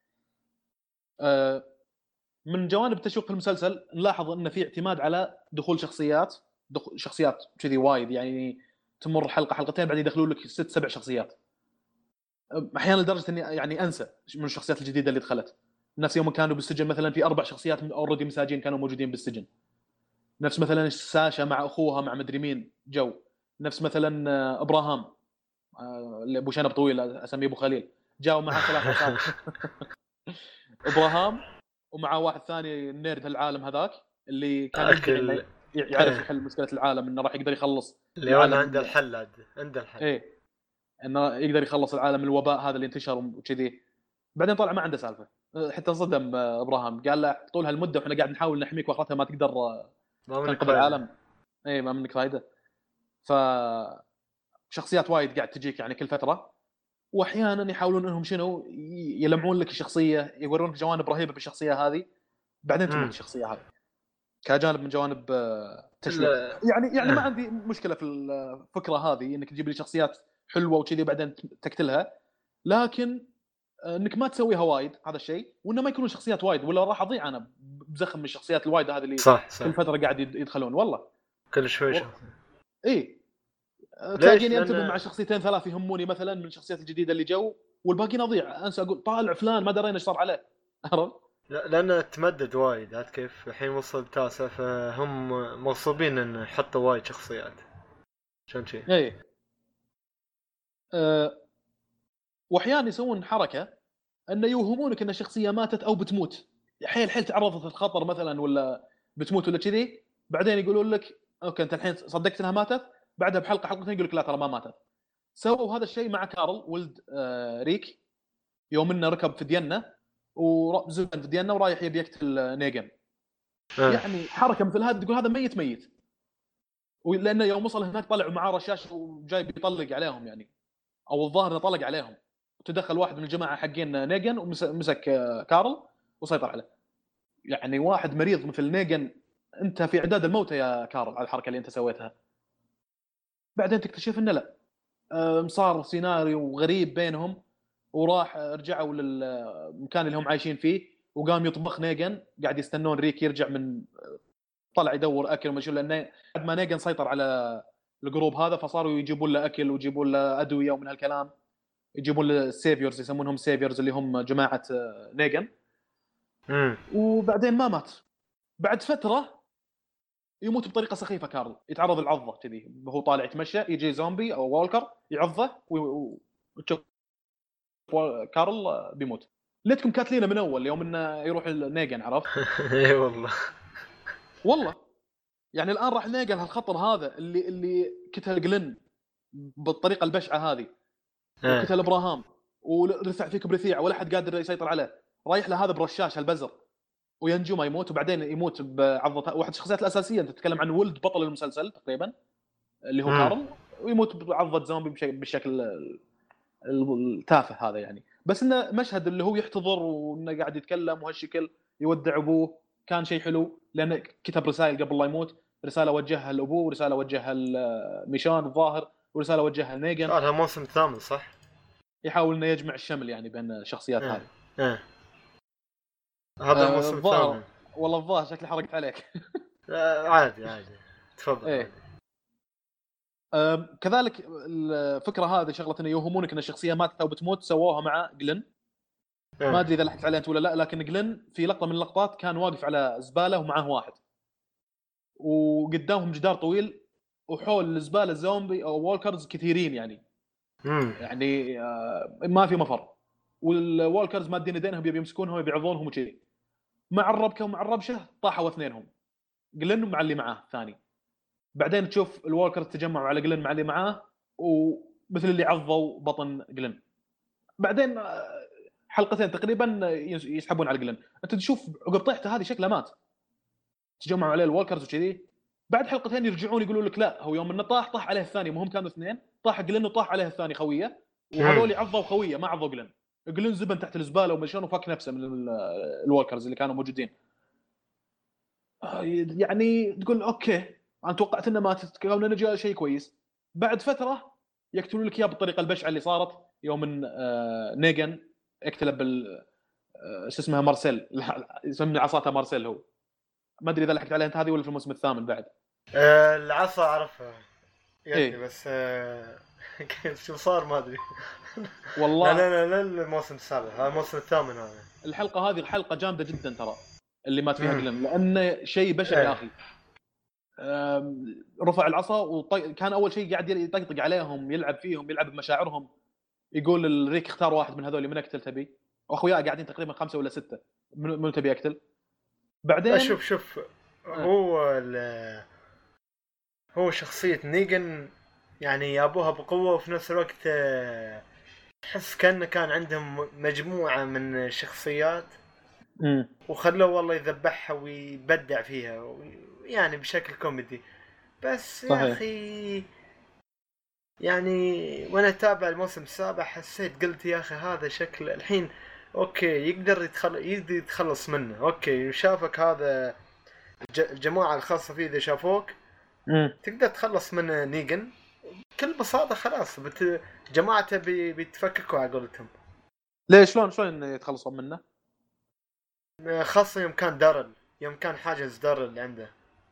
من جوانب التشويق في المسلسل نلاحظ انه في اعتماد على دخول شخصيات كذي وايد، يعني تمر حلقه حلقتين بعد يدخلون لك 6-7 شخصيات احيانا، لدرجه اني يعني انسى من الشخصيات الجديده اللي دخلت. نفس يوم كانوا بالسجن مثلا في 4 شخصيات اوريدي مساجين كانوا موجودين بالسجن. نفس مثلا ساشا مع اخوها مع مدري مين جو. نفس مثلا ابراهام اللي ابو شنب طويل اسميه ابو خليل، جاوا معه 3 أسامي. ابراهام ومع واحد ثاني النيرد العالم هذاك اللي كان يعرف يحل مشكله العالم، انه راح يقدر يخلص العالم. عنده الحل ايه، انه يقدر يخلص العالم من الوباء هذا اللي انتشر وكذي. بعدين طلع ما عنده سالفه، حتى صدم ابراهام، قال له طول هالمده واحنا قاعد نحاول نحميك واخرتها ما تقدر تنقذ العالم. اي ما منك فايده. ف شخصيات وايد قاعد تجيك يعني كل فتره، واحيانا يحاولون انهم شنو يلمعون لك الشخصيه، يورونك جوانب رهيبه بالشخصيه هذه، بعدين تموت الشخصيه هذه كجانب من جوانب تشويق. يعني ما عندي مشكله في الفكره هذه انك تجيب لي شخصيات حلوه وكذي وبعدين تقتلها، لكن انك ما تسويها وايد هذا الشيء، وانه ما يكونون شخصيات وايد، ولا راح اضيع انا بزخم من الشخصيات الوايد هذه اللي صح. كل فتره قاعد يدخلون والله كل شوي اي تلاقيني انتبه مع 2-3 يهموني مثلا من الشخصيات الجديده اللي جو، والباقيين اضيع انسى، اقول طالع فلان ما درينا ايش صار عليه. عرفت؟ لا لانه تمدد وايد، عاد كيف الحين وصل 9 فهم مغصوبين ان يحطوا وايد شخصيات عشان شيء. اي واحيانا يسوون حركه انه يوهمونك ان الشخصيه ماتت او بتموت، حيل تعرضت للخطر مثلا ولا بتموت ولا كذي، بعدين يقولون لك اوكي انت الحين صدقت انها ماتت، بعدها بحلقه حلقتين يقول لك لا ترى ما ماتت. سووا هذا الشيء مع كارل ولد ريك، يوم انه ركب في دينا وزن في دينا ورايح يبي يقتل نيغان. يعني حركه مثل هذه تقول هذا ميت، ولانه يوم وصل هناك طلعوا معاه رشاش وجاي بيطلق عليهم يعني، او الظاهر انه طلق عليهم، تدخل واحد من الجماعه حقين نيغان ومسك كارل وسيطر عليه. يعني واحد مريض مثل نيغان انت في اعداد الموتى يا كارل على الحركه اللي انت سويتها. بعدين تكتشف انه لا، صار سيناريو غريب بينهم، وراح رجعوا للمكان اللي هم عايشين فيه، وقام يطبخ نيغان، قاعد يستنون ريك يرجع من طلع يدور اكل وما شو، لانه بعد ما نيغان سيطر على الجروب هذا فصاروا يجيبون له اكل ويجيبون له ادويه ومن هالكلام، يجيبون له السيفيورز، يسمونهم سيفيورز اللي هم جماعه نيغان. وبعدين ما مات، بعد فتره يموت بطريقه سخيفه كارل، يتعرض للعضه كذي وهو طالع يتمشى، يجي زومبي او وولكر يعضه وتشوف كارل بيموت. ليتكم كاتلينا من اول يوم انه يروح نيغان، عرفت؟ اي والله يعني الان راح نلقى هالخطر هذا اللي كتل جلن بالطريقه البشعه هذه، وكتل ابراهام ورفع فيك بريثيع ولا حد قادر يسيطر عليه، رايح له هذا برشاش هالبزر وينجو ما يموت، وبعدين يموت بعضه واحد الشخصيات الاساسيه. انت تتكلم عن ولد بطل المسلسل تقريبا اللي هو كارل، ويموت بعضه زومبي بالشكل التافه هذا يعني. بس انه مشهد اللي هو يحتضر وانه قاعد يتكلم وهالشكل يودع ابوه كان شيء حلو، لانه كتب رسائل قبل لا يموت، رساله وجهها لابوه ورساله وجهها لميشان الظاهر ورساله وجهها لنيجن. هذا الموسم الثامن صح؟ يحاول انه يجمع الشمل يعني بين الشخصيات هذه. هذا الموسم الثامن. والله الظاهر شكلي حرقت عليك. عادي تفضل. إيه. كذلك الفكره هذه شغله انه يوهمونك ان الشخصيه ماتت او بتموت، سووها مع جلن. ما ادري اذا لحقت عليه انت ولا لا، لكن جلن في لقطه من اللقطات كان واقف على زباله ومعه واحد، وقدامهم جدار طويل، وحول الزباله زومبي او وولكرز كثيرين يعني. يعني ما في مفر، والوولكرز مادين يدينهم يمسكونهم ويبيعضونهم وكذي. مع الربكه ومع الربشه طاحوا اثنينهم، جلن مع اللي معاه ثاني. بعدين تشوف الوولكرز تجمعوا على جلن مع اللي معاه، ومثل اللي عضوا بطن جلن. بعدين حلقتين تقريبا يسحبون على جلن. انت تشوف عقب طيحته هذه شكله مات، تجمعوا عليه الوولكرز وكذي. بعد حلقتين يرجعون يقولوا لك لا، هو يوم انه طاح عليه الثاني، مهم كانوا اثنين، طاح جلن وطاح عليه الثاني خويه، وهذول عضوا خويه ما عضوا جلن. جلن زبن تحت الزباله ومشون وفك نفسه من الوولكرز اللي كانوا موجودين. يعني تقول اوكي، انا توقعت انه ما تتكلمون نجا شيء كويس. بعد فتره يقتلون لك اياه بالطريقه البشعه اللي صارت يوم ان نيجن اقتل بال شو اسمها مارسيل، يسمي عصاته مارسيل. هو ما ادري اذا لحقت عليها انت هذه ولا في الموسم الثامن بعد. العصا اعرفها يعني إيه؟ بس شو صار ما ادري والله لا الموسم السابع، هذا الموسم الثامن. هذا الحلقه هذه الحلقه جامده جدا ترى، اللي مات فيها جلن، لانه شيء بشع يا اخي. رفع العصا كان اول شيء قاعد يطقطق عليهم، يلعب فيهم، يلعب بمشاعرهم، يقول الريك اختار واحد من هذول من اقتل تبي، واخوياه قاعدين تقريبا 5 ولا 6 من تبي اقتل. بعدين شوف هو شخصية نيجن يعني يابوها بقوة، وفي نفس الوقت تحس كأنه كان عندهم مجموعة من الشخصيات وخلوه والله يذبحها ويبدع فيها يعني بشكل كوميدي. بس يا أخي يعني وانا اتابع الموسم السابع حسيت قلت يا اخي هذا شكل الحين اوكي يقدر يتخلص منه. اوكي شافك هذا الجماعة الخاصة فيه اذا شافوك تقدر تخلص من نيجن بكل بساطة. خلاص جماعته بيتفككوا على قولتهم. ليش شلون يتخلصون منه؟ خاصة يوم كان دارل، يوم كان حاجز دارل اللي عنده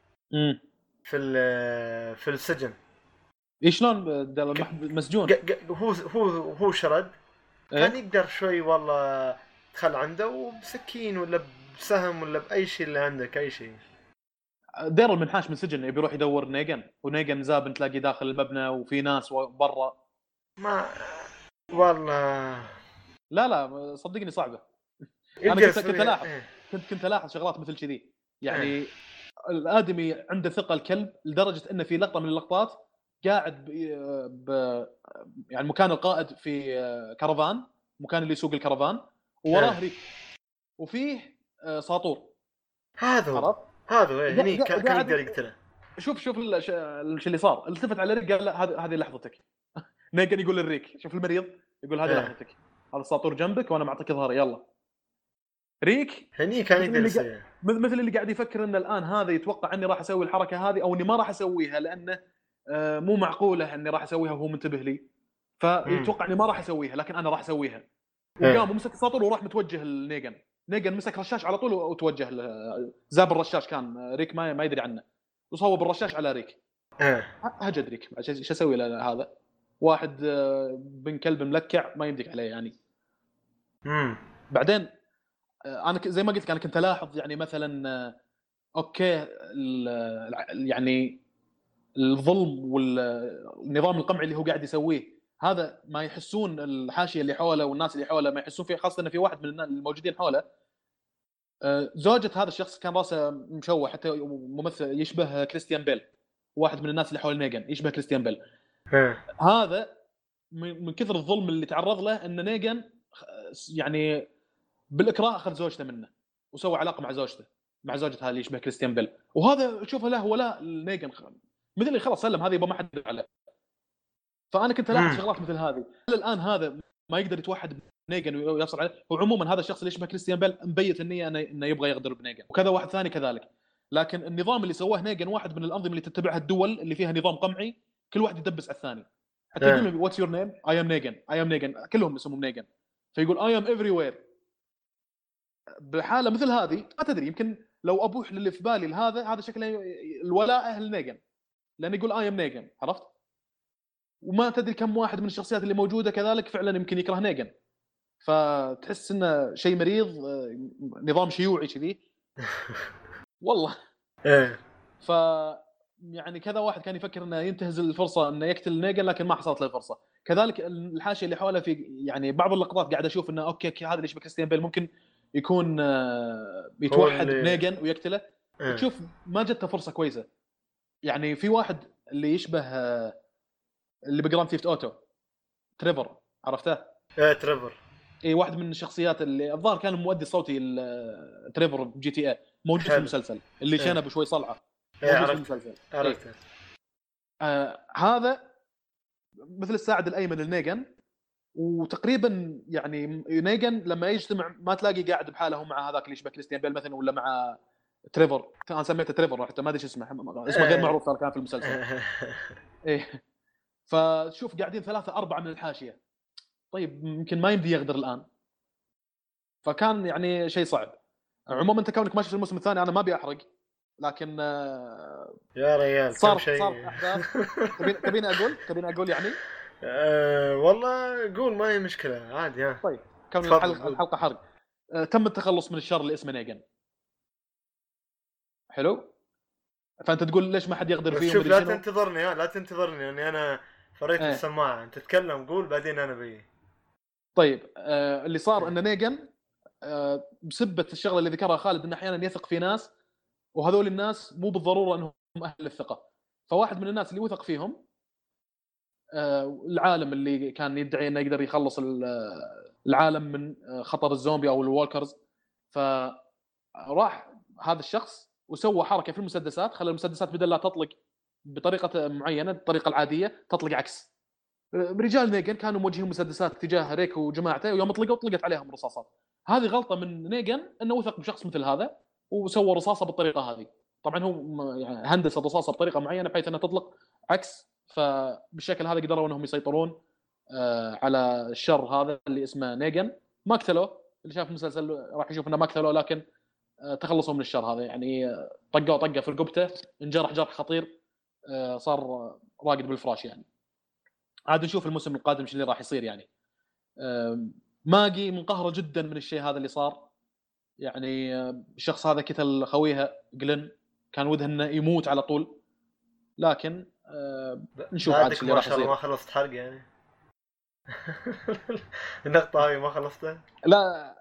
في السجن. شلون مسجون؟ هو شرد كان يقدر شوي والله تخل عنده وبسكين ولا بسهم ولا بأي شيء اللي عندك أي شيء. ديرل منحاش من سجن يبي يروح يدور نيجن، ونيجن زابن تلاقي داخل المبنى وفي ناس برا. ما والله لا صدقني صعبة. أنا كنت ألاحظ شغلات مثل كذي يعني. الآدمي عنده ثقة الكلب لدرجة إنه في لقطة من اللقطات قاعد يعني مكان القائد في كرفان، مكان اللي يسوق الكرفان، ووراه ريك وفيه ساطور. هذا يعني كان يقدر يقتله. شوف اللي صار، التفت على ريك قال لا هذه لحظتك. نيجن يقول للريك شوف المريض، يقول هذه لحظتك، هذا الساطور جنبك وانا معطيك ظهري يلا. ريك هني كان يقدر يسويها مثل اللي قاعد يفكر ان الان هذا يتوقع اني راح اسوي الحركه هذه او اني ما راح اسويها لانه مو معقوله اني راح اسويها وهو منتبه لي، فيتوقع اني ما راح اسويها لكن انا راح اسويها. وقام ومسك الساطور وراح متوجه لنيجن. نيجن مسك رشاش على طول وتوجه زاب الرشاش، كان ريك ما يدري عنه، وصوب الرشاش على ريك. هجد ريك ايش اسوي له هذا واحد بن كلب ملكع ما يمدك عليه يعني. بعدين انا زي ما قلت انا كنت الاحظ يعني مثلا اوكي يعني الظلم والنظام القمعي اللي هو قاعد يسويه هذا ما يحسون الحاشيه اللي حوله والناس اللي حوله ما يحسون فيه، خاصه انه في واحد من الموجودين حوله زوجة هذا الشخص كان راسه مشوه، حتى ممثل يشبه كريستيان بيل، واحد من الناس اللي حول نيجان يشبه كريستيان بيل. هذا من كثر الظلم اللي تعرض له ان نيجان يعني بالاكراه اخذ زوجته منه وسوى علاقه مع زوجته، مع زوجته اللي يشبه كريستيان بيل. وهذا شوفه له ولا نيجان مثل اللي خلاص سلم هذه يبغى ما حد عليه. فانا كنت الاحظ شغلات مثل هذه. الان هذا ما يقدر يتوحد بنيجان ويصل عليه. وعموما هذا الشخص اللي يشبه كريستيان بيل مبيت النيه انه يبغى يغدر بنيجان، وكذا واحد ثاني كذلك. لكن النظام اللي سواه نيجان واحد من الانظمه اللي تتبعها الدول اللي فيها نظام قمعي، كل واحد يدبس على الثاني. حتى يقول له واتس يور نيم، اي ام نيجان، اي ام نيجان، كلهم اسمهم نيجان. فيقول اي ام ايفري وير. بحاله مثل هذه ما تدري، يمكن لو ابوح للي في بالي هذا شكله الولاء اهل نيجان، لان يقول اي ام نيجان، عرفت؟ وما تدري كم واحد من الشخصيات اللي موجوده كذلك فعلا يمكن يكره نيجان. فتحس انه شيء مريض، نظام شيوعي كذي والله. ف يعني كذا واحد كان يفكر انه ينتهز الفرصه انه يقتل نيجان، لكن ما حصلت له الفرصه. كذلك الحاشيه اللي حوله، في يعني بعض اللقطات قاعد اشوف انه اوكي هذا اللي يشبه كريستيان بيل ممكن يكون يتوحد بنيجان ويقتله. تشوف ما جته فرصه كويسه. يعني في واحد اللي يشبه اللي بجراند ثيفت اوتو، تريفر، عرفته؟ تريفر اي واحد من الشخصيات اللي الظاهر كان المؤدي الصوتي تريفر بجي تي اي، موجود في المسلسل اللي شنب شوي صلعه، موجود في المسلسل. عرفته. هذا مثل الساعد الايمن لنيجان. وتقريبا يعني نيجان لما يجتمع ما تلاقي قاعد بحاله مع هذاك اللي يشبه كريستيان بيل مثلا، ولا مع تريفر. انا سميته تريفر حتى ما ادري اسمه غير معروف صار كان في المسلسل. ايه. فشوف قاعدين 3-4 من الحاشيه. طيب يمكن ما يمدي يغدر الان. فكان يعني شيء صعب. عموما انت كونك ماشي في الموسم الثاني انا ما ابي احرق، لكن يا ريال صار احداث. تبين اقول يعني والله قول، ما هي مشكله عادي. ها طيب كون الحلقه حرق. تم التخلص من الشر اللي اسمه نيجان. حلو. فانت تقول ليش ما حد يغدر فيهم؟ شوف لا تنتظرني، لا تنتظرني يعني انا فريت السماعه. انت تتكلم قول بعدين انا بي. طيب اللي صار ان نيجان بسبه الشغله اللي ذكرها خالد انه احيانا يثق في ناس، وهذول الناس مو بالضروره انهم اهل الثقه. فواحد من الناس اللي وثق فيهم العالم اللي كان يدعي انه يقدر يخلص العالم من خطر الزومبي او الوالكرز، فراح هذا الشخص وسوى حركه في المسدسات، خلى المسدسات بدل لا تطلق بطريقه معينه، الطريقه العاديه تطلق عكس. رجال نيجان كانوا موجهين مسدسات تجاه ريك وجماعته، ويوم طلقت عليهم رصاصات. هذه غلطه من نيجان انه وثق بشخص مثل هذا وسوى رصاصه بالطريقه هذه. طبعا هو يعني هندس الرصاصه بطريقه معينه بحيث انها تطلق عكس. فبالشكل هذا قدروا انهم يسيطرون على الشر هذا اللي اسمه نيجان. ما قتلوه، اللي شاف المسلسل راح يشوف انه ما قتلوه، لكن تخلصوا من الشر هذا. يعني طقوا طقه في رقبته، انجرح جرح خطير، صار راقد بالفراش. يعني عاد نشوف الموسم القادم ايش اللي راح يصير. يعني ماجي منقهره جدا من الشيء هذا اللي صار. يعني الشخص هذا قتل خويها جلين، كان ودها انه يموت على طول، لكن نشوف عاد اللي راح يصير. ما خلصت حرق يعني. النقطه هاي ما خلصتها. لا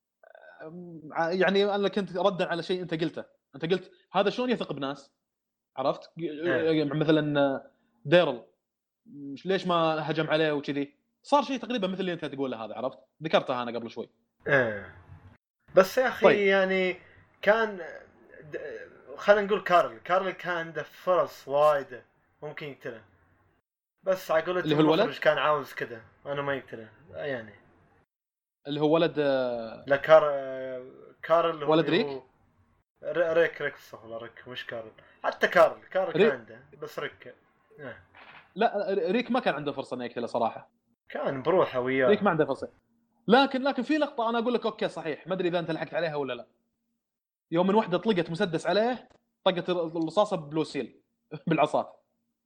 يعني انا كنت ردا على شيء انت قلته. انت قلت هذا شلون يثق بناس، عرفت؟ مثلا ديرل ليش ما هجم عليه وكذي. صار شيء تقريبا مثل اللي انت تقوله هذا، عرفت؟ ذكرتها انا قبل شوي. بس يا اخي طيب. يعني كان خلينا نقول كارل كان عنده فرص وايد ممكن يقتله، بس عقولة المخرج كان عاوز كذا انا ما يقتله. يعني اللي هو ولد لا كارل ولد ريك والله ريك مش كارل. حتى كارل كان عنده، بس ريك لا ريك ما كان عنده فرصه انه يقتله صراحه، كان بروحه وياه. ريك ما عنده فرصه. لكن في لقطه انا اقول لك اوكي صحيح، ما ادري اذا انت لحقت عليها ولا لا. يوم من وحده طلقت مسدس عليه، طقت الرصاصه بلوسيل بالعصا.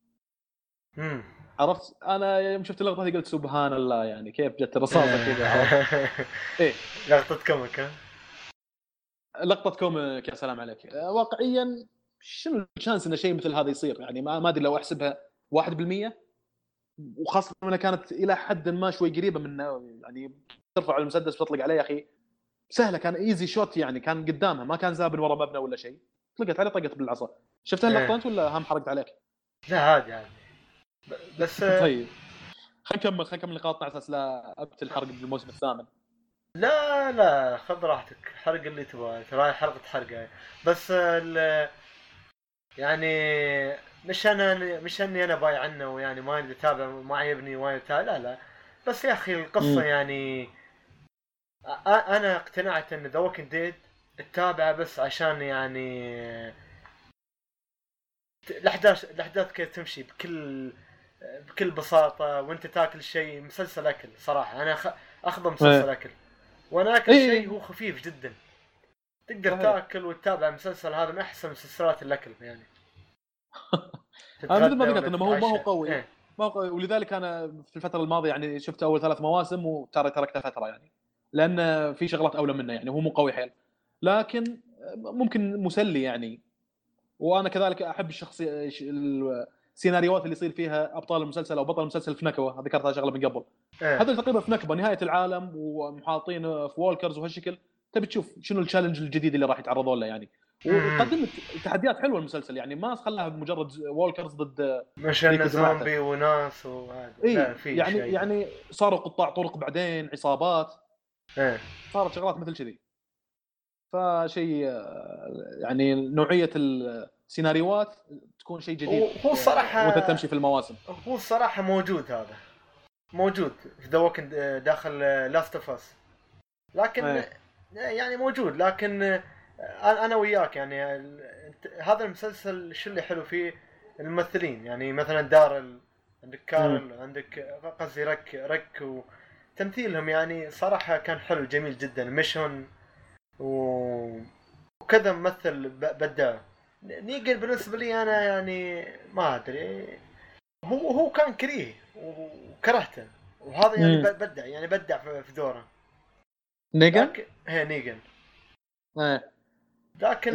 عرفت؟ انا يوم شفت اللقطه هذه قلت سبحان الله، يعني كيف جت الرصاصه كذا. ايه لقطه كوميك. لقطه كوميك يا سلام عليك. واقعيا شنو الشانس ان شيء مثل هذا يصير؟ يعني ما ادري، لو احسبها 1%، وخاصه انها كانت الى حد ما شوي قريبه منه. يعني ترفع المسدس وتطلق عليه يا اخي، سهله، كان ايزي شوت يعني، كان قدامها ما كان زابن ورا مبنى ولا شيء، طلقت عليه طقت بالعصا. شفت هاللقطه انت ولا هم حرقت عليك؟ لا عادي بس طيب خلينا نكمل نقاطنا على اساس لا ابت الحرق بالموسم الثامن. لا خذ راحتك، حرق اللي تبغاه، ترى هاي حلقة حرقة. بس يعني مش اني انا بايع عنه ويعني ما ادري اتابع، ما عجبني وايد، لا بس يا اخي القصة يعني انا اقتنعت ان ذا ووكينج ديد اتابعه بس عشان يعني الاحداث كيف تمشي بكل بساطة، وانت تاكل شيء مسلسل اكل صراحة. انا اخذه مسلسل اكل، وانا اكل شيء هو خفيف جدا، تقدر تاكل وتتابع مسلسل. هذا من احسن مسلسلات الاكل يعني. انا مثل ما ذكرت انه ما هو قوي إيه. ما هو قوي، ولذلك انا في الفتره الماضيه يعني شفت اول 3 مواسم وتركته فتره يعني، لان في شغلات اولى منه يعني، هو مو قوي حيل لكن ممكن مسلي يعني. وانا كذلك احب السيناريوهات اللي يصير فيها ابطال المسلسل او بطل المسلسل في نكبه، ذكرتها شغله من قبل. هذا تقريبا في نكبه نهايه العالم ومحاطين في وولكرز وهالشكل، تبي تشوف شنو التشالنج الجديد اللي راح يتعرضون له يعني. وقدمت تحديات حلوه المسلسل يعني، ما خلاها مجرد وولكرز ضد مش انه زومبي وناس وهذا. لا في يعني شيء يعني صاروا قطاع طرق بعدين عصابات، صارت شغلات مثل كذي. فشيء يعني نوعيه السيناريوهات تكون شيء جديد. هو الصراحه وانت تمشي في المواسم، هو الصراحه موجود، هذا موجود في ذا ووكينج داخل لاست اوف اس، لكن يعني موجود. لكن انا وياك يعني هذا المسلسل شو اللي حلو فيه؟ الممثلين يعني، مثلا دارل، عندك كارل، عندك قصدي رك وتمثيلهم يعني صراحه كان حلو جميل جدا. ميشون وكذا ممثل بدع. نيجن بالنسبه لي انا يعني ما ادري، هو كان كريه وكرهته، وهذا يعني بدع في دوره. نيجن نيجن لكن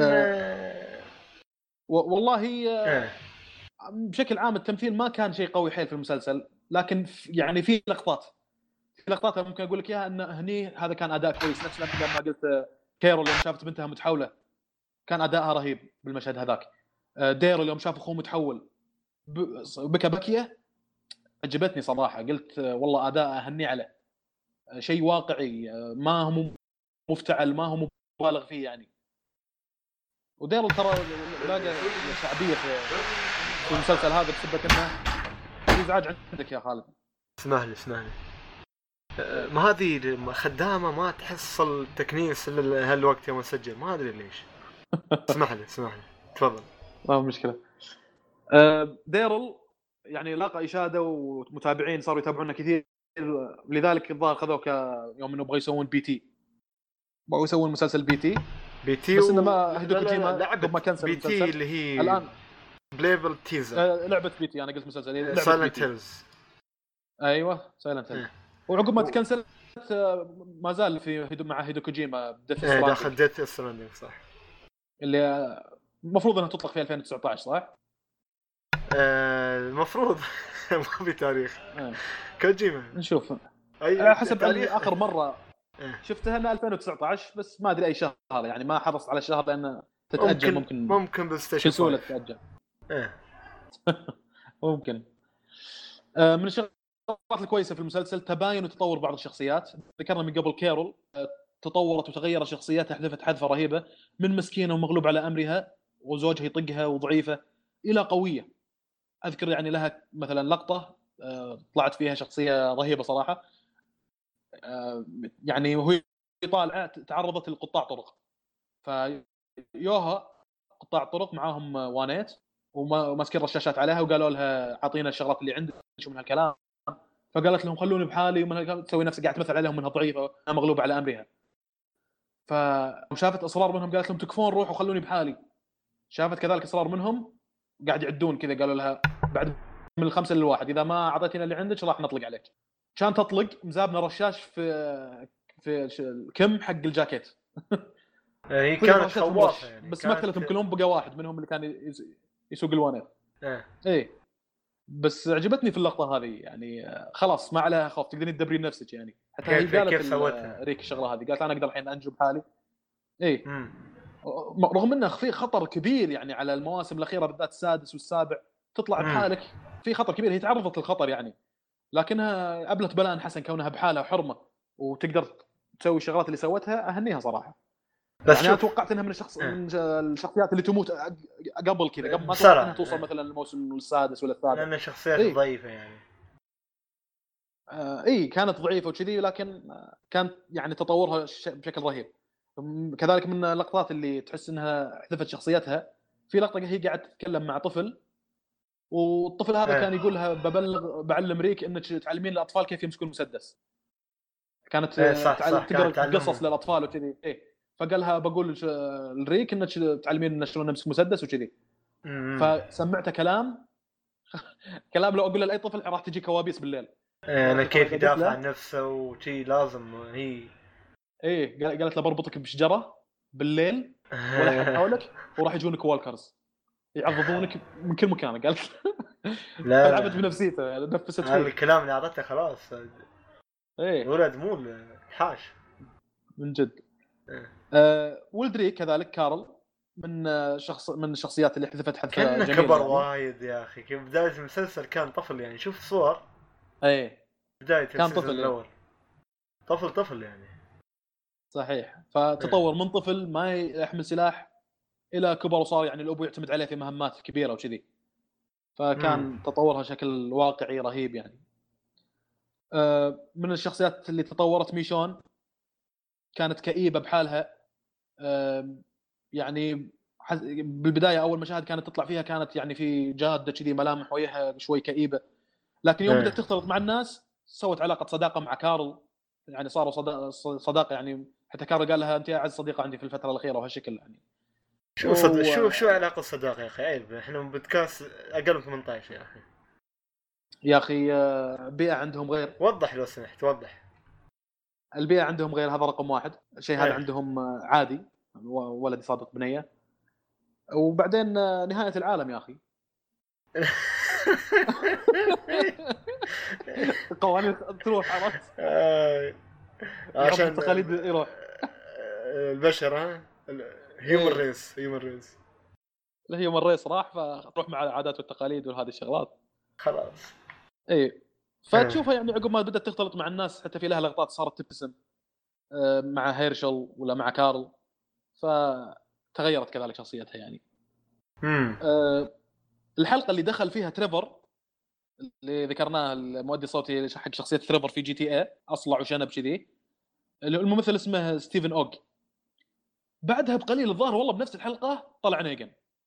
والله بشكل عام التمثيل ما كان شيء قوي حيل في المسلسل، لكن يعني في لقطات ممكن اقول لك اياها ان هني هذا كان اداء كويس. نفس لما قلت كيرول يوم شافت بنتها متحوله كان اداءها رهيب بالمشهد هذاك. ديرل يوم شاف اخوه متحول بكى بكيه عجبتني صراحه، قلت والله اداء اهني عليه، شيء واقعي ما هو مفتعل ما هو مبالغ فيه يعني. وديرل ترى لاقى شعبيه في المسلسل هذا بسبب انه في ازعاج عندك يا خالد. اسمح لي ما هذه خدامه ما تحصل تكنيس الا هالوقت يوم اسجل، ما ادري ليش. اسمح لي تفضل. ما مشكله. ديرل يعني لاقى اشاده ومتابعين صاروا يتابعونه كثير، لذلك الظاهر خذوك يوم انه يبغوا يسوون بغوا يسوون مسلسل بي تي بس انه ما هيدو كوجيما لعبه ما كنسل بي تي اللي هي الان بليبل تيزر. لعبه بي تي، انا قلت مسلسل سايلنت هيلز. ايوه سايلنت هيلز. وعقب ما تكنسلت ما زال في مع هيدو كوجيما داخل ديث ستراندينج صح، اللي المفروض انها تطلق في 2019 صح؟ المفروض ما في تاريخ. كوجيما نشوف اي حسب اخر مره شفتها انها 2019 بس ما ادري اي شهر يعني، ما حرصت على الشهر لان تتاجل ممكن بالستيشن بسهوله تتاجل ممكن. من الشغلات الكويسه في المسلسل تباين وتطور بعض الشخصيات. ذكرنا من قبل كيرول تطورت وتغير شخصيتها، حذفت حذفه رهيبه من مسكينه ومغلوب على امرها وزوجها يطقها وضعيفه الى قويه. اذكر يعني لها مثلا لقطه طلعت فيها شخصيه رهيبه صراحه، يعني وهي طالعه تعرضت لقطاع طرق، فيوها قطاع طرق معاهم وانيت وماسكين رشاشات عليها وقالوا لها اعطينا الشغلات اللي عندك شو من هالكلام، فقالت لهم خلوني بحالي ومن تسوي نفسها قاعده تمثل عليهم انها ضعيفه مغلوبه على امرها. فشافت اصرار منهم قالت لهم تكفون روحوا خلوني بحالي. شافت كذلك اصرار منهم قاعد يعدون كذا، قالوا لها بعد من 5 للواحد اذا ما اعطيتينا اللي عندك راح نطلق عليك. كان تطلق مزابنا رشاش في الكم حق الجاكيت هي كانت خوافه يعني، بس ما قتلتهم كلهم، بقى واحد منهم اللي كان يسوق الوانيت. ايه بس عجبتني في اللقطه هذه يعني خلاص ما عليها خوف تقدرين تدبرين نفسك يعني حتى هي كيف قالت سوتها؟ ريك الشغله هذه قالت انا اقدر الحين انجو بحالي اي امم رغم انه في خطر كبير يعني على المواسم الاخيره بالذات السادس والسابع تطلع بحالك في خطر كبير هي تعرضت للخطر يعني لكنها قبلت بلاء حسن كونها بحالها حرمه وتقدر تسوي الشغلات اللي سوتها اهنيها صراحه بس يعني انا شوف توقعت انها من الشخصيات اللي تموت قبل كذا قبل ما توقعت بسرعة انها توصل مثلا الموسم السادس ولا السابع لأن شخصيات إيه. ضعيفة يعني. اي كانت ضعيفه وكذي لكن كانت يعني تطورها بشكل رهيب كذلك من اللقطات اللي تحس انها حذفت شخصيتها في لقطه هي قاعده تتكلم مع طفل والطفل هذا كان يقول لها بعلم ريك انك تعلمين الاطفال كيف يمسكون مسدس كانت صح تقرا كانت قصص للاطفال وكذي ايه فقال لها بقول لريك انك تعلمين شلون نمسك مسدس وكذي فسمعته كلام لو اقول لاي طفل راح تجي كوابيس بالليل أنا كيف قالت يدافع له- عن نفسه وشي لازم هي ايه قالت له بربطك بشجره بالليل ولا حد حولك وراح يجونك والكرز يعضضونك من كل مكان قالت لا فلعبت بنفسيته يعني نفست هذا فيه الكلام اللي أعطته خلاص ايه الولد مو حاش من جد ولدريك كذلك كارل من من الشخصيات اللي حذفت حذفه كأنه جميله كبر يعني. وايد يا أخي كيف بداية المسلسل كان طفل يعني شوف صور ايه بداية كان السيزون طفل الأول طفل يعني صحيح فتطور من طفل ما يحمل سلاح الى كبر وصار يعني الابو يعتمد عليه في مهمات كبيره وكذي فكان تطورها شكل واقعي رهيب يعني من الشخصيات اللي تطورت ميشون كانت كئيبه بحالها يعني بالبدايه اول مشاهد كانت تطلع فيها كانت يعني في جاده كذي ملامح وجهها شوي كئيبه لكن يوم بدات تختلط مع الناس سوت علاقه صداقه مع كارل يعني صاروا صداقه يعني حتى كارل قال لها انت اعز صديقه عندي في الفتره الاخيره وهالشكل يعني شو علاقة الصداقة يا أخي عيب إحنا بودكاست أقل من 18 يا أخي يا اخي بيئه عندهم غير وضح لو سمحت وضح البيئه عندهم غير هذا رقم واحد الشيء هذا عندهم عادي ولد يصادق بنيه وبعدين نهايه العالم يا اخي قوانين تروح عرفت عشان التقاليد يروح البشر ها هيومن ريس اللي هي مريس راح فتروح مع العادات والتقاليد وهذه الشغلات خلاص اي فتشوفها يعني عقب ما بدات تختلط مع الناس حتى في لها لقطات صارت تبتسم مع هيرشل ولا مع كارل فتغيرت كذلك شخصيتها يعني الحلقه اللي دخل فيها تريفر اللي ذكرناه المؤدي الصوتي حق شخصيه تريفر في جي تي اي اصلع وشنب كذي الممثل اسمه ستيفن اوغ بعدها بقليل الظاهر والله بنفس الحلقه طلع نيجن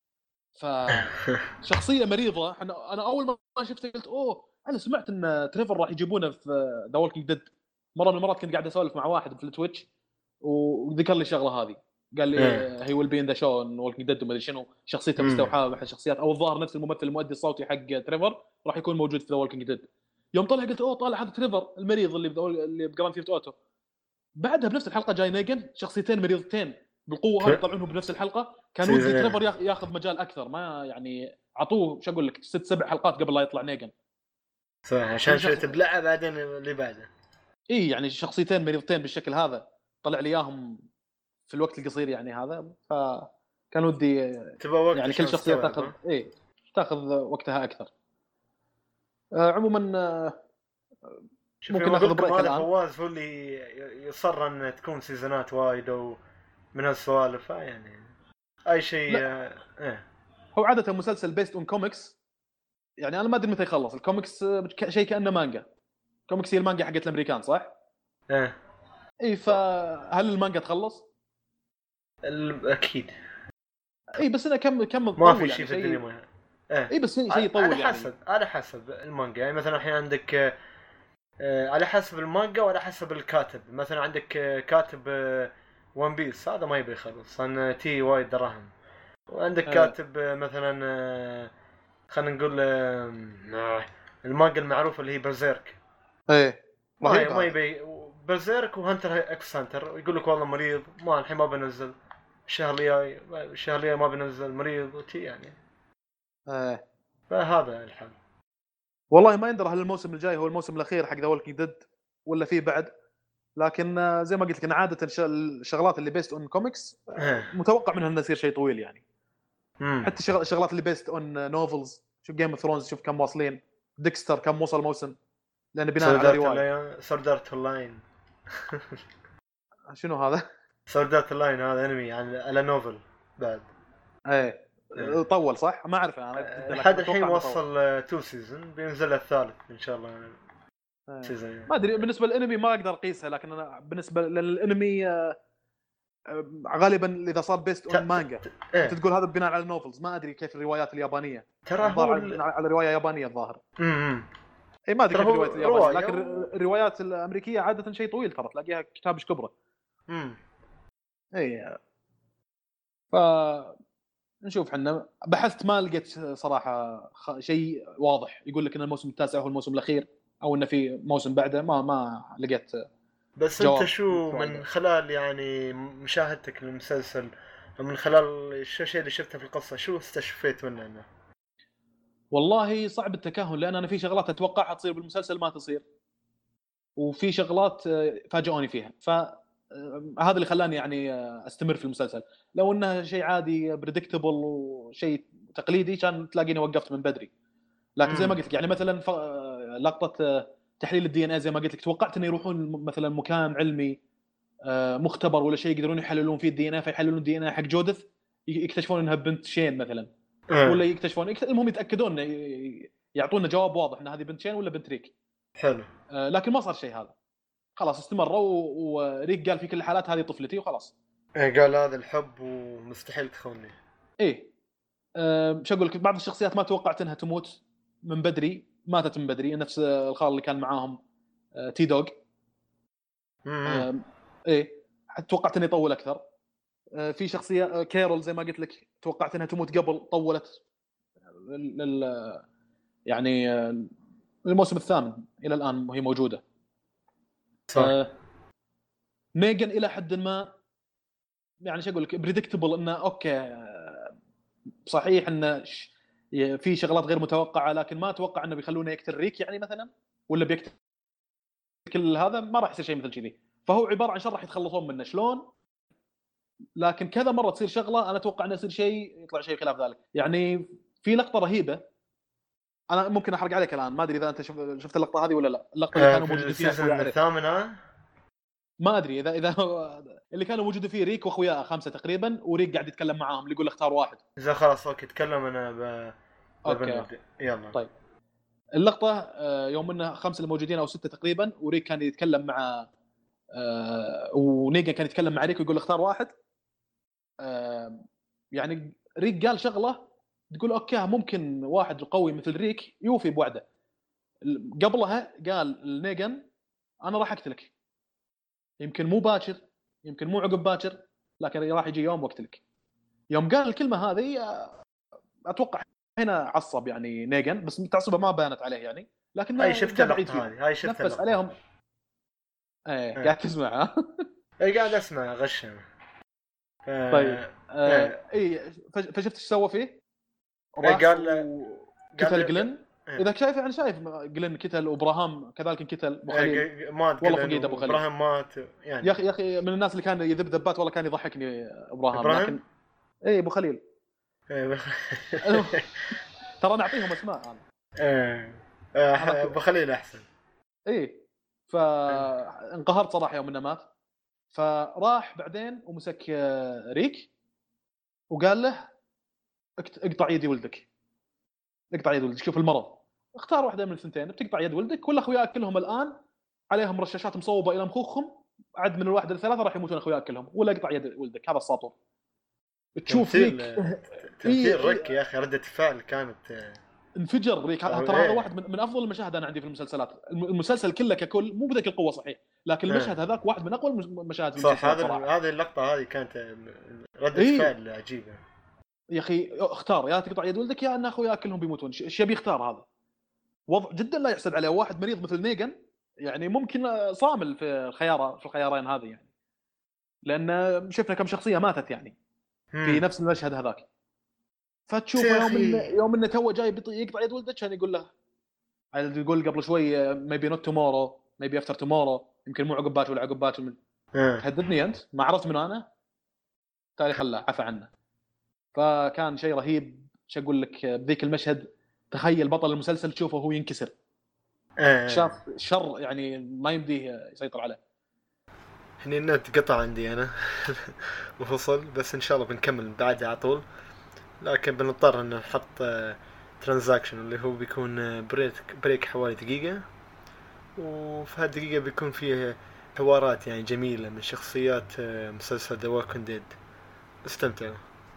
فشخصيه مريضه انا اول ما شفته قلت اوه انا سمعت ان تريفر راح يجيبونه في ذا وولكينج ديد مره من المرات كنت قاعد اسولف مع واحد في التويتش وذكر لي الشغله هذه قال لي هي ويل بي ان ذا شو ان وولكينج ديد وما ادري شنو شخصيته مستوحاه من الشخصيات او الظاهر نفس الممثل المؤدي الصوتي حق تريفر راح يكون موجود في ذا وولكينج ديد يوم طلع قلت اوه طالع هذا تريفر المريض اللي بجراند ثيفت اوتو بعدها بنفس الحلقه جاي نيجن شخصيتين مريضتين بالقوه هذه يطلعونهم بنفس الحلقه كان ودي تريفر ياخذ مجال اكثر ما يعني عطوه شو اقول لك 6-7 حلقات قبل لا يطلع نيجن صح عشان شوي تبلعه بعدين اللي بعده اي يعني شخصيتين مريضتين بالشكل هذا طلع لي اياهم في الوقت القصير يعني هذا فكان ودي يعني كل شخصيه تاخذ تاخذ وقتها اكثر عموما ممكن ناخذ بريك الان فواز هو اللي يصر ان تكون سيزونات وايد ومن هالسوالف يعني اي شيء هو عاده مسلسل بيست اون كوميكس يعني انا ما ادري متى يخلص الكوميكس شيء كانه مانجا كوميكس هي المانجا حقت الامريكان صح اي فهل المانجا تخلص اكيد اي بس انا كم ما في شيء في الدنيا اي بس شيء يطول على حسب المانجا يعني مثلا الحين عندك على حسب المانجا وعلى حسب الكاتب مثلا عندك كاتب ون بيس هذا ما يبي يخلص لأن تي وايد دراهم وعندك كاتب مثلا خلينا نقول المانجا المعروفة اللي هي برزيرك ما يبي برزيرك وهنتر اكس هنتر يقول لك والله مريض ما الحين ما بنزل الشهر الجاي ما بنزل مريض وتي يعني فهذا الحال والله ما يندرى هل الموسم الجاي هو الموسم الاخير حق ذا وولكينج ديد ولا في بعد، لكن زي ما قلت لك انا عاده الشغلات اللي بيست اون كوميكس متوقع منها انها تصير شيء طويل يعني. حتى الشغلات اللي بيست اون نوفلز، شوف جيم اوف ثرونز شوف كم واصلين، ديكستر كم وصل موسم، لانه بناء على روايه. سوردارت اللاين شنو هذا؟ سوردارت اللاين هذا انمي على نوفل بعد. ايه طول صح؟ ما اعرف انا لحد الحين وصل 2 سيزون، بينزل الثالث ان شاء الله سيزون. ما ادري بالنسبه للانمي ما اقدر اقيسها، لكن انا بالنسبه للانمي غالبا اذا صار بيست اون مانجا انت تقول هذا بناء على النوفلز. ما ادري كيف الروايات اليابانيه، ترى على روايه يابانيه الظاهر. اي ما ادري كيف الروايات اليابانيه، لكن الروايات الامريكيه عاده شيء طويل، ترى تلاقيها كتاب كبره. اي نشوف. حنا بحثت ما لقيت صراحه شيء واضح يقول لك ان الموسم التاسع هو الموسم الاخير او ان في موسم بعده. ما لقيت. بس انت شو من خلال يعني مشاهدتك للمسلسل ومن خلال الشيء اللي شفته في القصه شو استشفيت منه؟ والله صعب التكهن، لان انا في شغلات اتوقعها تصير بالمسلسل ما تصير، وفي شغلات فاجئوني فيها، فهذا اللي خلاني يعني استمر في المسلسل. لو انه شيء عادي بريدكتبل وشيء تقليدي كان تلاقيني وقفت من بدري. لكن زي ما قلت لك يعني مثلا لقطه تحليل الدي ان اي زي ما قلت لك، توقعت انه يروحون مثلا مكان علمي مختبر ولا شيء يقدرون يحللون فيه الدي ان اي، فيحللون الدي ان اي حق جودث يكتشفون انها بنت شين مثلا، ولا يكتشفون المهم يتاكدون يعطونا جواب واضح ان هذه بنت شين ولا بنت ريك. حلو. لكن ما صار شيء هذا. خلاص استمروا وريك قال في كل الحالات هذه طفلتي وخلاص. قال هذا الحب ومستحيل تخوني. ايه شو اقول لك، بعض الشخصيات ما توقعت انها تموت من بدري، ماتت من بدري، نفس الخال اللي كان معاهم تي دوغ. ايه توقعت انه يطول اكثر. في شخصيه كيرول زي ما قلت لك توقعت انها تموت قبل، طولت يعني الموسم الثامن الى الان وهي موجوده. ميغان الى حد ما يعني شو اقول لك بريدكتبل، انه اوكي صحيح انه في شغلات غير متوقعه، لكن ما اتوقع انه بيخلونه يقتل ريك يعني مثلا، ولا بيقتل كل هذا. ما راح يصير شيء مثل كذي، فهو عباره عن شر راح يتخلصون منه شلون. لكن كذا مره تصير شغله انا اتوقع انه يصير شيء يطلع شيء خلاف ذلك. يعني في لقطه رهيبه انا ممكن احرق عليك الان، ما ادري اذا انت شفت اللقطه هذه ولا لا. اللقطه اللي كانوا موجودين فيها الثامنه، ما ادري اذا اللي كانوا موجودين فيه ريك واخوياه 5 تقريبا، وريك قاعد يتكلم معاهم اللي يقول اختار واحد. اذا خلاص اوكي تكلم انا اوكي يلا. طيب اللقطه يوم انه 5 اللي موجودين او 6 تقريبا، وريك كان يتكلم مع ونيجا كان يتكلم مع ريك ويقول اختار واحد. يعني ريك قال شغله تقول اوكي ممكن واحد قوي مثل ريك يوفي بوعده. قبلها قال لنيجن انا راح اقتلك، يمكن مو باكر يمكن مو عقب باكر، لكن راح يجي يوم واقتلك. يوم قال الكلمه هذه اتوقع هنا عصب يعني نيجن، بس تعصبه ما بانت عليه يعني، لكن هاي شفت اللقطه هذه، هاي شفت نفس عليهم. قاعد تسمع ها؟ اي قاعد اسمع غشم. طيب اي فشفت ايش سوى فيه؟ قال قتل جلن. اذا شايف يعني شايف جلن قتل وابراهام كذلك قتل ابو خليل مات. والله فقيد ابو خليل. ابراهام مات يعني. يا اخي من الناس اللي كان يذبذبات والله كان يضحكني ابراهام. لكن اي ابو خليل ترى نعطيهم اسماء انا ابو خليل احسن. اي فانقهرت صراحه يوم انه مات. فراح بعدين ومسك ريك وقال له اقطع يد ولدك، اقطع يد ولدك. شوف المرض، اختار واحده من الثنتين، بتقطع يد ولدك ولا اخوياك كلهم الان عليهم رشاشات مصوبه الى مخوخهم، عد من الواحد للثلاثه راح يموتون اخوياك كلهم، ولا اقطع يد ولدك. هذا الساطور. تشوف ريك تمثيل ريك يا اخي، رده فعل كانت انفجر ريك. ترى هذا واحد من افضل المشاهد انا عندي في المسلسلات. المسلسل كله ككل مو بذاك القوه صحيح، لكن المشهد هذاك واحد من اقوى المشاهد في المسلسل صراحه. هذه اللقطه هذه كانت رده فعل عجيبه يا اخي. اختار يا تقطع يد ولدك يا ان اخوياك كلهم بيموتون. ايش يبي يختار؟ هذا وضع جدا لا يحسد عليه. واحد مريض مثل نيجن يعني ممكن صامل في الخيارين هذه يعني، لان شفنا كم شخصيه ماتت يعني في نفس المشهد هذاك. فتشوف يوم انه تو جاي يقطع يد ولده كان يقول له يقول قبل شوي maybe not tomorrow maybe after tomorrow يمكن مو عقب باكر ولا عقب باكر من تهددني انت ما عرفت من انا تاريخ الله عفى عنه. فكان شيء رهيب. شو اقول لك بذيك المشهد تخيل بطل المسلسل تشوفه هو ينكسر شاف شر يعني ما يمديه يسيطر عليه. هني النت قطع عندي انا مفصل بس ان شاء الله بنكمل بعدها على طول لكن بنضطر ان نحط ترانزاكشن اللي هو بيكون بريك حوالي دقيقة وفي هالدقيقة بيكون فيه حوارات يعني جميلة من شخصيات مسلسل The Walking Dead. استمتعوا.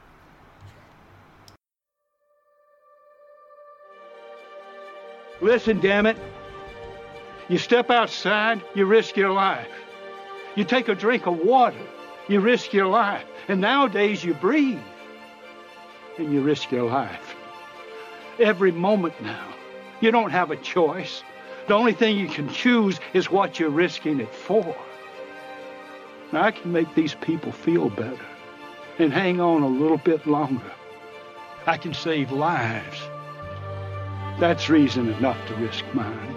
Listen, damn it. You step outside, you risk your life. You take a drink of water, you risk your life. And nowadays you breathe and you risk your life. Every moment now. You don't have a choice. The only thing you can choose is what you're risking it for. Now, I can make these people feel better and hang on a little bit longer. I can save lives. That's reason enough to risk mine.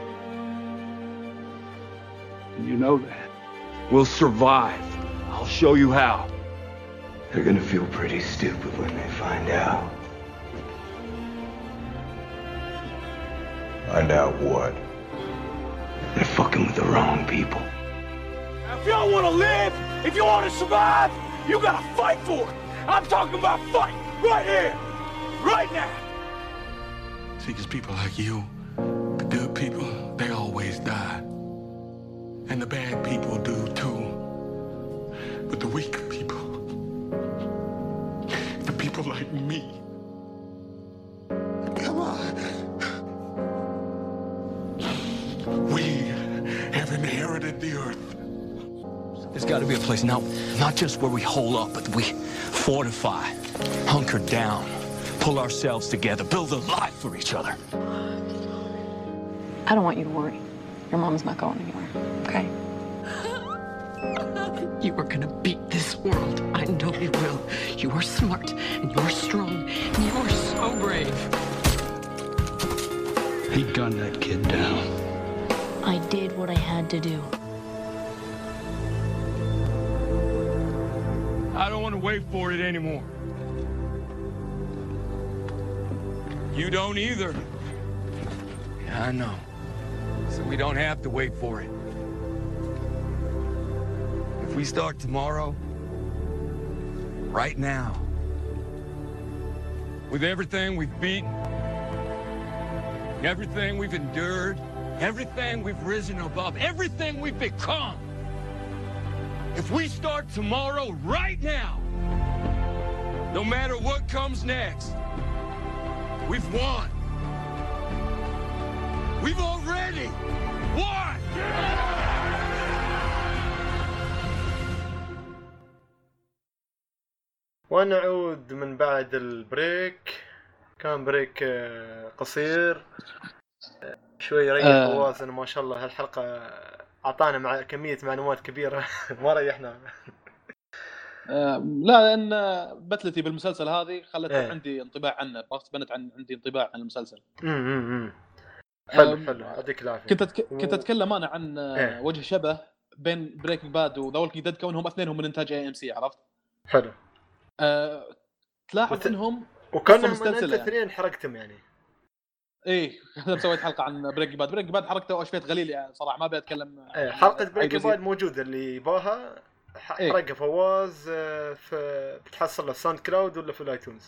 And you know that. We'll survive. I'll show you how. They're gonna feel pretty stupid when they find out. Find out what? They're fucking with the wrong people. If y'all want to live, if you want to survive, you gotta fight for it. I'm talking about fight right here, right now. See, because people like you, the good people, they always die. And the bad people do too. But the weak people, the people like me, come on. We have inherited the earth. There's got to be a place now, not just where we hole up, but we fortify, hunker down, pull ourselves together, build a life for each other. I don't want you to worry. Your mom's not going anywhere, okay? You are gonna beat this world. I know you will. You are smart, and you are strong, and you are so brave. He gunned that kid down. I did what I had to do. I don't want to wait for it anymore. You don't either. Yeah, I know. So we don't have to wait for it. If we start tomorrow, right now, With everything we've beaten, everything we've endured, everything we've risen above, everything we've become, if we start tomorrow right now, no matter what comes next, we've won. We've already won! ونعود من بعد البريك. كان بريك قصير شوي يريح فواز. ما شاء الله هالحلقة أعطانا مع كمية معلومات كبيرة ما ريحنا. لا لأن بتلتي بالمسلسل هذه خلت عندي انطباع عنه، بنت عندي انطباع عن المسلسل. حلو يعطيك العافية. كنت أتكلم أنا عن وجه شبه بين بريكنج باد وذا وولكينج ديد كونهم اثنينهم من إنتاج AMC. عرفت؟ حلو. تلاحظ إنهم وكانهم أنت اثنين حرقتهم يعني. إيه أنا سويت حلقة عن بريكنج باد حرقته وأشفيت غليل يعني صراحة ما بتكلم. حلقة بريكنج باد موجودة اللي يباها حرقها فواز بتحصل له ساوند كلاود ولا في الايتونز.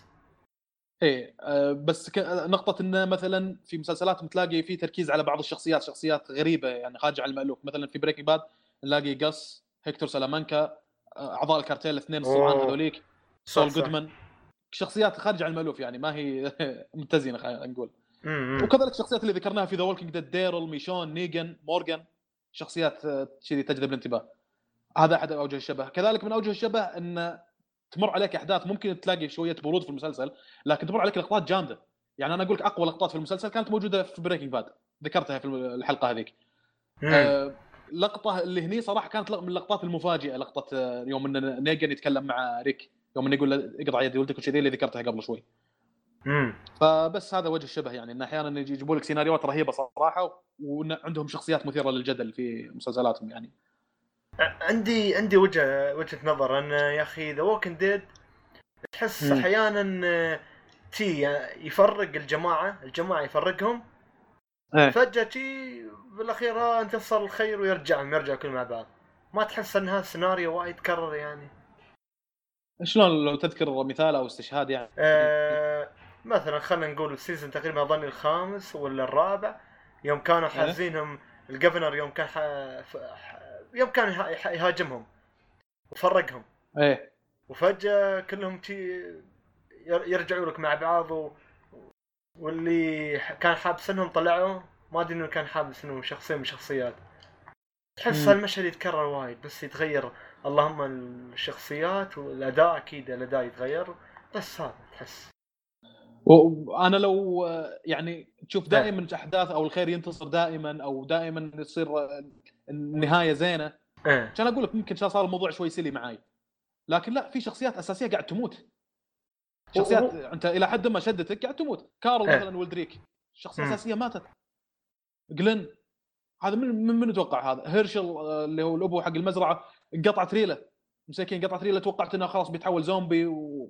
بس نقطة إنه مثلا في مسلسلات تلاقي في تركيز على بعض الشخصيات، شخصيات غريبة يعني خارجة عن المألوف. مثلا في بريكنج باد نلاقي قص، هيكتور سلامانكا، أعضاء الكارتيل الاثنين الصبعان هذوليك، سول جودمان، شخصيات خارجة عن المألوف يعني ما هي متزنة خلينا نقول. وكذلك الشخصيات اللي ذكرناها في ذا وولكينج ديد، ديرل، ميشون، نيجن، مورغان، شخصيات كذي تجذب الانتباه. هذا أحد أوجه الشبه. كذلك من أوجه الشبه أن تمر عليك أحداث ممكن تلاقي شوية برود في المسلسل، لكن تمر عليك لقطات جامدة. يعني أنا أقول لك أقوى لقطات في المسلسل كانت موجودة في بريكنج باد، ذكرتها في الحلقة هذيك. لقطة اللي هني صراحة كانت من اللقطات المفاجئة، لقطة يوم أن نيجن يتكلم مع ريك، يوم أنه يقول له اقطع يد ولدك وشذي اللي ذكرتها قبل شوي. فبس هذا وجه الشبه يعني، ان احيانا يجيبوا لك سيناريوهات رهيبه صراحه وعندهم شخصيات مثيره للجدل في مسلسلاتهم يعني. عندي وجهة نظر ان يا اخي ذا ووكينج ديد تحس احيانا يفرق الجماعه يفرقهم فجأة بالاخير انتصر الخير ويرجع كل مع بعض. ما تحس انها سيناريو وايد تكرر يعني؟ شلون لو تذكر مثال او استشهاد يعني؟ مثلا خلينا نقول السيزون تقريبا اظن الخامس ولا الرابع، يوم كانوا حازينهم الجفنر، يوم كان يهاجمهم وفرقهم وفجأة كلهم يرجعوا لك مع بعض واللي كان حابسنهم طلعوا، ما ادري انه كان حابسنهم شخصيه من شخصيات. تحس المشهد يتكرر وايد بس يتغير، اللهم الشخصيات والاداء، اكيد الاداء يتغير بس هذا تحس. وانا لو يعني تشوف دائما احداث او الخير ينتصر دائما او دائما يصير النهايه زينه، عشان اقول لك ممكن صار الموضوع شوي سلي معاي، لكن لا، في شخصيات اساسيه قاعد تموت، شخصيات انت الى حد ما شدتك قاعد تموت. كارل مثلا ولدريك شخصيه اساسيه ماتت. جلين هذا من نتوقع هذا. هيرشل اللي هو الابو حق المزرعه انقطعت ريله، مساكين قطعت ريله، توقعت انه خلاص بيتحول زومبي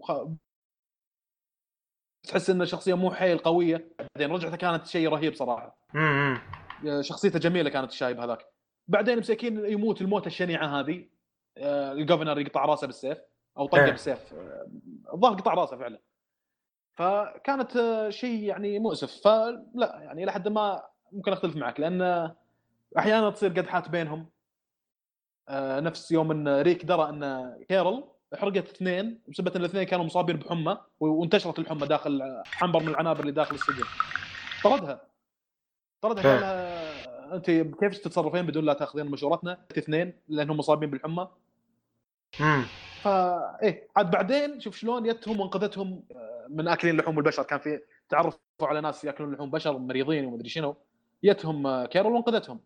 تحس ان الشخصيه مو حيل قويه، بعدين رجعته كانت شيء رهيب صراحه. شخصيته جميله كانت الشايب هذاك. بعدين مساكين يموت الموت الشنيعه هذه، الجوفرنر يقطع راسه بالسيف او طقه بالسيف، الظاهر قطع راسه فعلا. فكانت شيء يعني مؤسف. فلا يعني الى حد ما ممكن اختلف معك، لان احيانا تصير قدحات بينهم. نفس يوم ان ريك درى ان كيرل حرقت اثنين بسبب ان الاثنين كانوا مصابين بحمى، وانتشرت الحمى داخل عنبر من العنابر اللي داخل السجن. طردها قال لها انت كيف تتصرفين بدون لا تاخذين مشورتنا اثنين لانهم مصابين بالحمى. ايه عاد بعدين شوف شلون يتهم وانقذتهم من اكلين لحوم البشر. كان في تعرفوا على ناس ياكلون لحوم بشر مريضين ومدري شنو، يتهم كيرل وانقذتهم.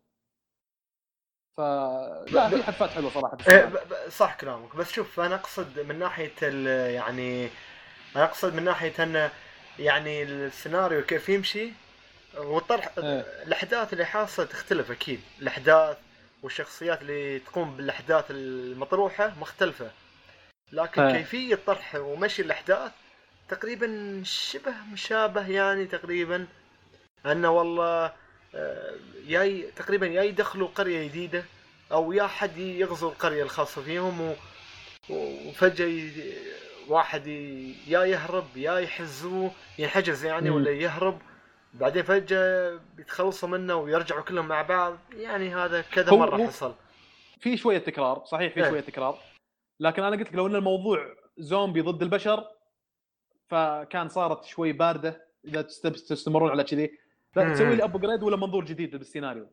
لا في حدفات حلوه صراحه. صح كلامك، بس شوف انا اقصد من ناحيه يعني انا اقصد من ناحيه ان يعني السيناريو كيف يمشي والطرح. الاحداث اللي حاصله تختلف اكيد، الاحداث والشخصيات اللي تقوم بالاحداث المطروحه مختلفه، لكن كيفيه طرح ومشي الاحداث تقريبا شبه مشابه يعني. تقريبا انه والله تقريبا يدخلوا قريه جديده او يا حد يغزو القريه الخاصه فيهم وفجاه واحد يا يهرب يا يحجزوه ينحجز يعني ولا يهرب، بعدين فجاه بيتخلصوا منه ويرجعوا كلهم مع بعض. يعني هذا كذا مره حصل. في شويه تكرار صحيح، في شويه تكرار، لكن انا قلت لك لو ان الموضوع زومبي ضد البشر فكان صارت شوي بارده. اذا تستمرون على كذي لا تسوي لي ابجريد ولا منظور جديد بالسيناريو.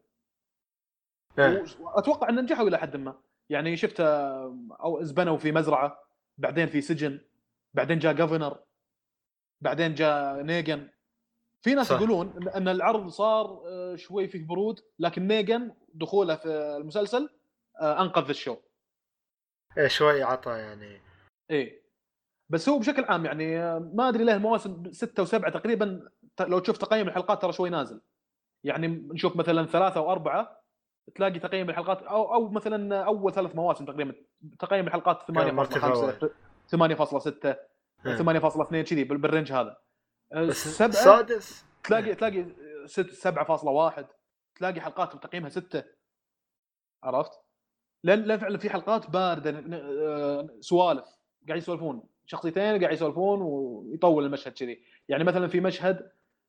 واتوقع ان نجحوا الى حد ما يعني. شفت او زبنوا في مزرعه، بعدين في سجن، بعدين جاء جوفرنر، بعدين جاء نيغان. في ناس يقولون ان العرض صار شوي فيه برود، لكن نيغان دخوله في المسلسل انقذ الشو. شوي عطى يعني. بس هو بشكل عام يعني ما ادري ليه المواسم 6 و7 تقريبا لو تشوف تقييم الحلقات ترى شوي نازل. يعني نشوف مثلا 3 و4 تلاقي تقييم الحلقات او مثلا اول 3 مواسم تقريبا تقييم الحلقات 8.5 8.6 8.2 كذي بالرينج هذا. السادس تلاقي 7.1 تلاقي حلقات بتقييمها 6. عرفت؟ لا فعلا في حلقات بارده سوالف قاعد يسولفون شخصيتين قاعد يسولفون ويطول المشهد كذي. يعني مثلا في مشهد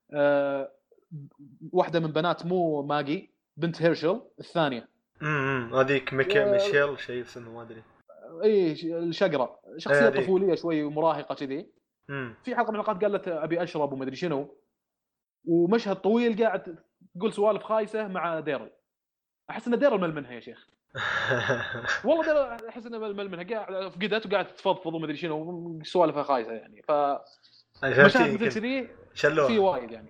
واحده من بنات مو ماجي بنت هيرشل الثانيه هذيك ميشيل شيء اسمه ما ادري الشقره شخصيه طفوليه شوي ومراهقه كذي. في حلقه من الحلقات قالت ابي اشرب وما ادري شنو، ومشهد طويل قاعد تقول سوالف خايسه مع ديرل. احس ان ديرل مل منها يا شيخ. والله ديرل احس انه مل منها، قاعد فقدت وقاعد تفضفض وما ادري شنو سوالفها خايسه يعني. ف مشاهد مثل كذي في وايد يعني.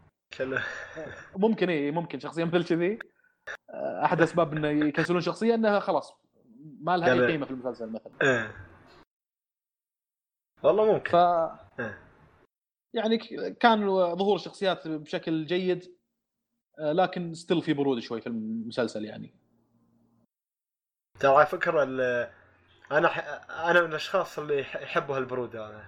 ممكن شخصيه مثل كذي احد اسباب انه يكنسلون شخصيه انها خلاص ما لها اي قيمه في المسلسل مثلا. والله ممكن. يعني كان ظهور الشخصيات بشكل جيد، لكن ستيل في برود شوي في المسلسل يعني. ترى فكرة انا من الاشخاص اللي يحبوا هالبرود هذا،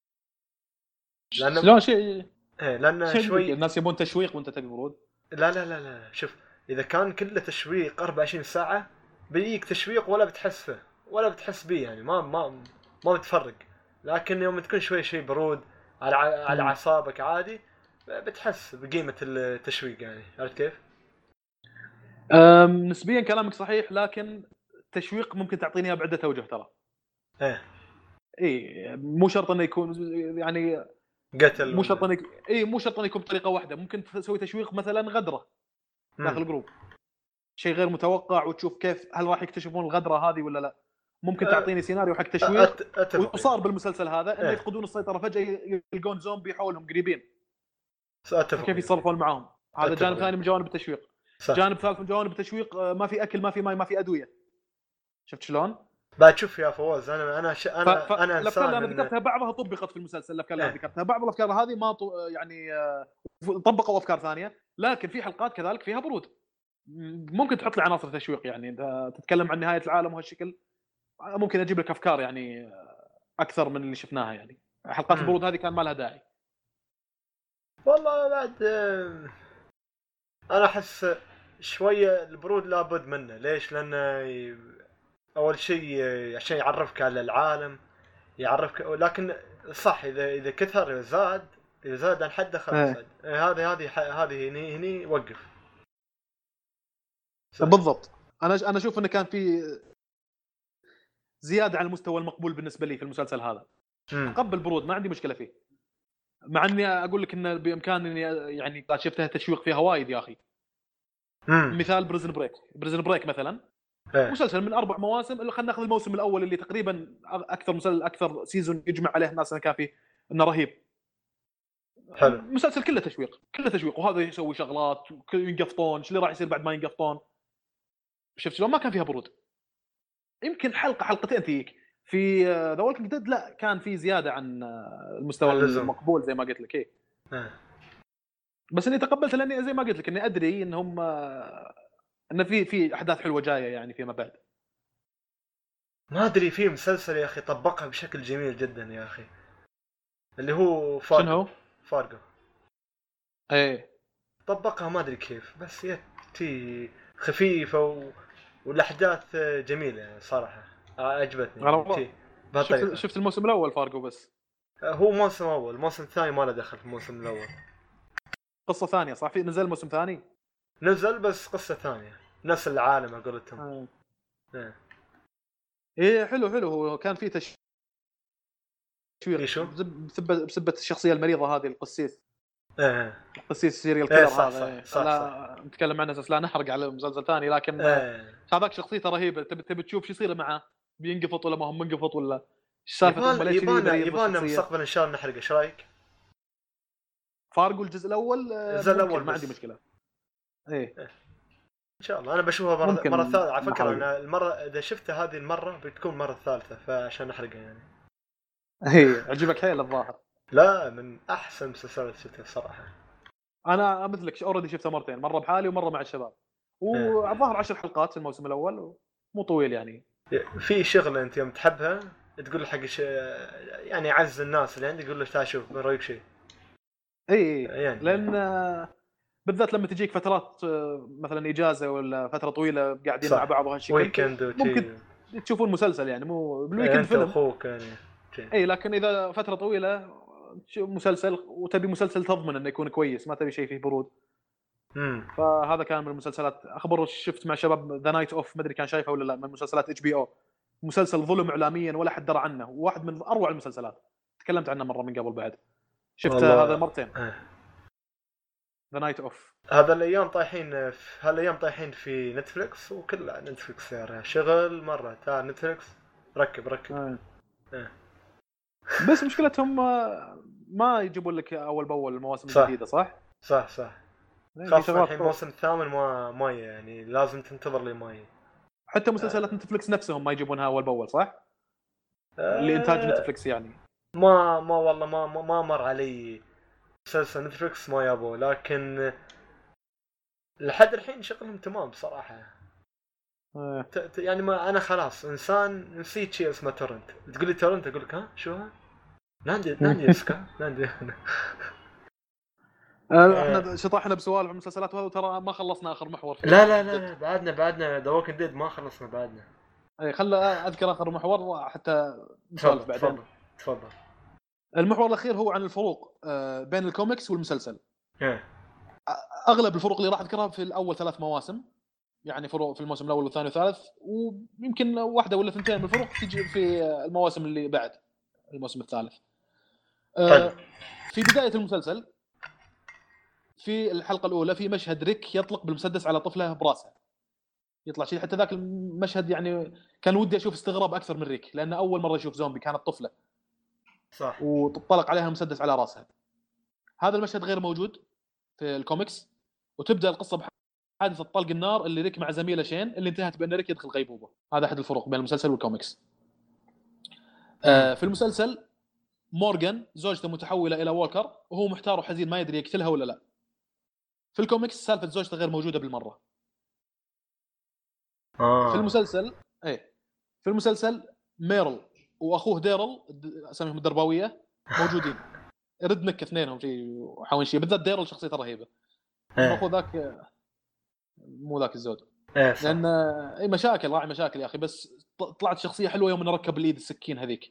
لانه شلون شيء لان شوي الناس يبون تشويق وانت تبي برود. لا شوف، اذا كان كله تشويق 24 ساعه بيجيك تشويق ولا بتحس بيه يعني ما بتفرق. لكن يوم تكون شوي برود على اعصابك عادي بتحس بقيمه التشويق يعني. عرفت كيف؟ نسبيا كلامك صحيح، لكن التشويق ممكن تعطيني بعده اوجه ترى. ايه مو شرط انه يكون يعني قتل، مو شرط انه مو شرط انه يكون بطريقه واحده. ممكن تسوي تشويق مثلا غدره داخل الجروب، شيء غير متوقع، وتشوف كيف هل راح يكتشفون الغدره هذه ولا لا. ممكن تعطيني سيناريو حق تشويق وصار بالمسلسل هذا انه يفقدون السيطره فجاه يلقون زومبي حولهم قريبين، كيف يتصرفون معاهم. هذا جانب ثاني من جوانب التشويق. جانب ثالث من جوانب التشويق ما في اكل، ما في ماء، ما في ادويه. شفت شلون؟ بعد شوف يا فواز، انا الافكار اللي انا ذكرتها بعضها طبقت في المسلسل. الافكار اللي ذكرتها بعض الافكار هذه ما يعني طبقوا افكار ثانيه، لكن في حلقات كذلك فيها برود. ممكن تحط لي عناصر تشويق يعني. انت تتكلم عن نهايه العالم وهالشكل، ممكن اجيب لك افكار يعني اكثر من اللي شفناها يعني. حلقات البرود هذه كان ما لها داعي والله. بعد انا احس شويه البرود لابد منه. ليش؟ لان اول شيء عشان يعرفك على العالم، يعرفك. لكن صح اذا كثر اذا زاد عن حده خلاص. هذه هني وقف. بالضبط. انا اشوف انه كان في زياده عن المستوى المقبول بالنسبه لي في المسلسل هذا. قبل برود ما عندي مشكله فيه، مع اني اقول لك انه بامكاني يعني شفتها تشويق فيها وايد يا اخي. مثال بريزن بريك مثلا، مسلسل من 4 مواسم. خلينا ناخذ الموسم الاول اللي تقريبا اكثر سيزون يجمع عليه الناس كان فيه انه رهيب. حلو. المسلسل كله تشويق وهذا يسوي شغلات ينقفطون، ايش اللي راح يصير بعد ما ينقفطون. شفت شلون ما كان فيها برود. يمكن حلقتين فيك في ذا ووكينج ديد لا كان في زياده عن المستوى المقبول زي ما قلت لك. بس اني تقبلت لاني زي ما قلت لك اني ادري انهم ان في احداث حلوه جايه يعني فيما بعد. ما ادري في مسلسل يا اخي طبقها بشكل جميل جدا يا اخي، اللي هو فارغو. طبقها ما ادري كيف، بس تي خفيفه والاحداث جميله يعني صراحه عجبتني. شفت الموسم الاول فارغو بس. هو موسم اول، الموسم الثاني ما له دخل في الموسم الاول. قصه ثانيه صح؟ في نزل موسم ثاني؟ نزل بس قصه ثانيه نفس العالم اقولتهم. حلو هو كان في تشويق بسبه الشخصيه المريضه هذه القسيس. القسيس سيريال كيلر هذا. لا نتكلم عنه اساس لا نحرق على مسلسل ثاني، لكن هذاك شخصيته رهيبه. تبي تشوف شو يصير معه، بينقفط ولا ما هم منقفط ولا ايش سالفه. يبان مستقبلا ان شاء الله نحرق. ايش رايك؟ فارغو الجزء الاول ما عندي مشكله. ان شاء الله انا بشوفها مره ثالثه. على فكره انا المره اذا شفتها هذه المره بتكون مره ثالثه، فعشان نحرقها يعني. عجبك حيل الظاهر. لا من احسن المسلسلات شفتها صراحه. انا مثلك اوريدي شفتها مرتين، مره بحالي ومره مع الشباب. والظاهر 10 حلقات في الموسم الاول، مو طويل يعني. في شغله انت يوم تحبها تقول حق يعني عز الناس اللي عندي يقول له تعال شوف رايك شيء. يعني لان بالذات لما تجيك فترات مثلا اجازه ولا فتره طويله قاعدين مع بعض وهالشكل، ممكن تشوفون مسلسل يعني مو بالويكند فيلم اخوك يعني. لكن اذا فتره طويله مسلسل وتبي مسلسل تضمن انه يكون كويس، ما تبي شيء فيه برود. فهذا كان من المسلسلات. اخبر شفت مع شباب ذا نايت اوف، ما ادري كان شايفه ولا لا، من مسلسلات HBO. مسلسل ظلم اعلاميا ولا حد درى عنه، واحد من اروع المسلسلات. تكلمت عنه مره من قبل بعد. شفت هذا مرتين. ذا نايت اوف. هذا الايام طايحين في نتفليكس، وكله نتفليكس يا شغل مره. تعال نتفليكس ركب. بس مشكلتهم ما يجيبون لك اول باول المواسم الجديده. صح خاصة الحين الموسم الثامن ما يعني لازم تنتظر لي ماي. حتى مسلسلات نتفليكس نفسهم ما يجيبونها اول باول صح؟ لإنتاج نتفليكس يعني. ما والله ما مر علي مسلسل نتفلكس ما يابوه، لكن لحد الحين شغلهم تمام بصراحة. يعني ما أنا خلاص إنسان نسيت شيء اسمه تورنت. تقولي تورنت أقول لك ها شو ها؟ ناندي اسكا ناندي. احنا شطحنا بسوالف المسلسلات وهذا، ترى ما خلصنا اخر محور. لا بعدنا ذا ووكينج ديد ما خلصنا بعدنا. اي خلى اذكر اخر محور حتى نسولف بعدين. تفضل. المحور الاخير هو عن الفروق بين الكوميكس والمسلسل. ايه اغلب الفروق اللي راح اذكرها في الاول 3 مواسم، يعني فروق في الموسم الاول والثاني والثالث، ويمكن واحده ولا ثنتين من الفروق تجي في المواسم اللي بعد الموسم الثالث. في بدايه المسلسل في الحلقه الاولى في مشهد ريك يطلق بالمسدس على طفله براسها، يطلع شيء. حتى ذاك المشهد يعني كان ودي اشوف استغراب اكثر من ريك، لانه اول مره يشوف زومبي كانت طفله صح، وطلق عليها مسدس على راسها. هذا المشهد غير موجود في الكوميكس. وتبدا القصه بحادثه طلق النار اللي ريك مع زميله شين اللي انتهت بان ريك يدخل غيبوبه. هذا احد الفروق بين المسلسل والكوميكس. في المسلسل مورغان زوجته متحوله الى وولكر وهو محتار وحزين ما يدري يقتلها ولا لا. في الكوميكس سالفه زوجته غير موجوده بالمره. في المسلسل في المسلسل ميرل واخوه ديرل اساميهم الدرباويه موجودين. ردنك اثنينهم شيء وحاون شيء، بالذات ديرل شخصيته رهيبه. اخو ذاك مو ذاك الزود، لان اي مشاكل راعي مشاكل يا اخي، بس طلعت شخصيه حلوه يوم نركب الايد السكين هذيك.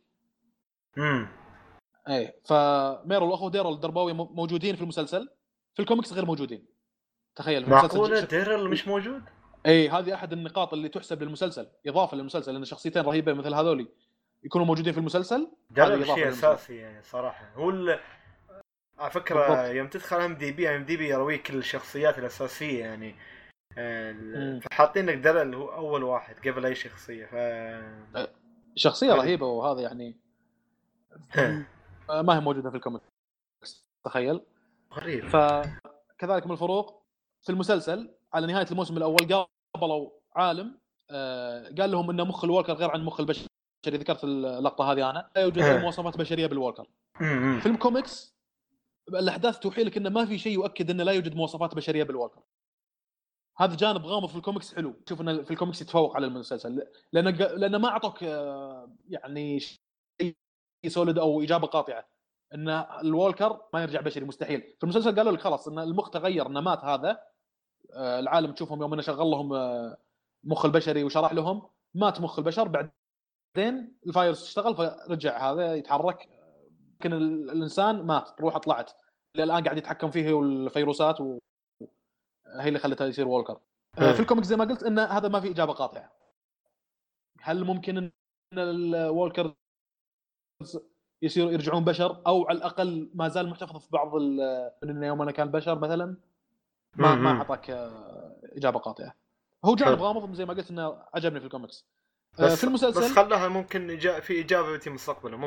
فميرل واخوه ديرل الدرباوي موجودين في المسلسل، في الكوميكس غير موجودين. تخيل في معقوله ديرل مش موجود؟ هذه احد النقاط اللي تحسب للمسلسل اضافه للمسلسل، لان شخصيتين رهيبه مثل هذولي يكونوا موجودين في المسلسل. هذا شيء اساسي يعني صراحه. هو على فكره يوم تدخل ام دي بي يرويك الشخصيات الاساسيه يعني. فحاطين لك ديرل اللي هو اول واحد قبل اي شخصيه. شخصيه رهيبه، وهذا يعني ما هي موجوده في الكوميكس. تخيل غريب. فكذلك من الفروق في المسلسل على نهايه الموسم الاول قابلوا عالم قال لهم ان مخ الوالكر غير عن مخ البشر. ذكرت اللقطه هذه انا. لا يوجد اي مواصفات بشريه بالوالكر. في الكوميكس الاحداث توحي لك ان ما في شيء يؤكد ان لا يوجد مواصفات بشريه بالوالكر. هذا جانب غامض في الكوميكس حلو. شوف ان في الكوميكس يتفوق على المسلسل لان ما اعطوك يعني شيء سوليد او اجابه قاطعه ان الوالكر ما يرجع بشري، مستحيل. في المسلسل قالوا لك خلاص ان المخ تغير، ان مات هذا العالم. تشوفهم يوم انه شغل لهم مخ البشري وشرح لهم مات مخ البشر، بعدين الفايروس اشتغل فرجع هذا يتحرك. لكن الانسان مات، روحه طلعت. الان قاعد يتحكم فيه والفيروسات هي اللي خلتها يصير وولكر. في الكوميكس زي ما قلت ان هذا ما في اجابه قاطعه. هل ممكن ان الوولكر يصيروا يرجعون بشر، او على الاقل ما زال محتفظ في بعض ان يوم انا كان بشر مثلا؟ ما اعطاك اجابه قاطعه. هو جانب غامض زي ما قلت انه عجبني في الكوميكس. في المسلسل بس خلاها ممكن في اجابه في مستقبله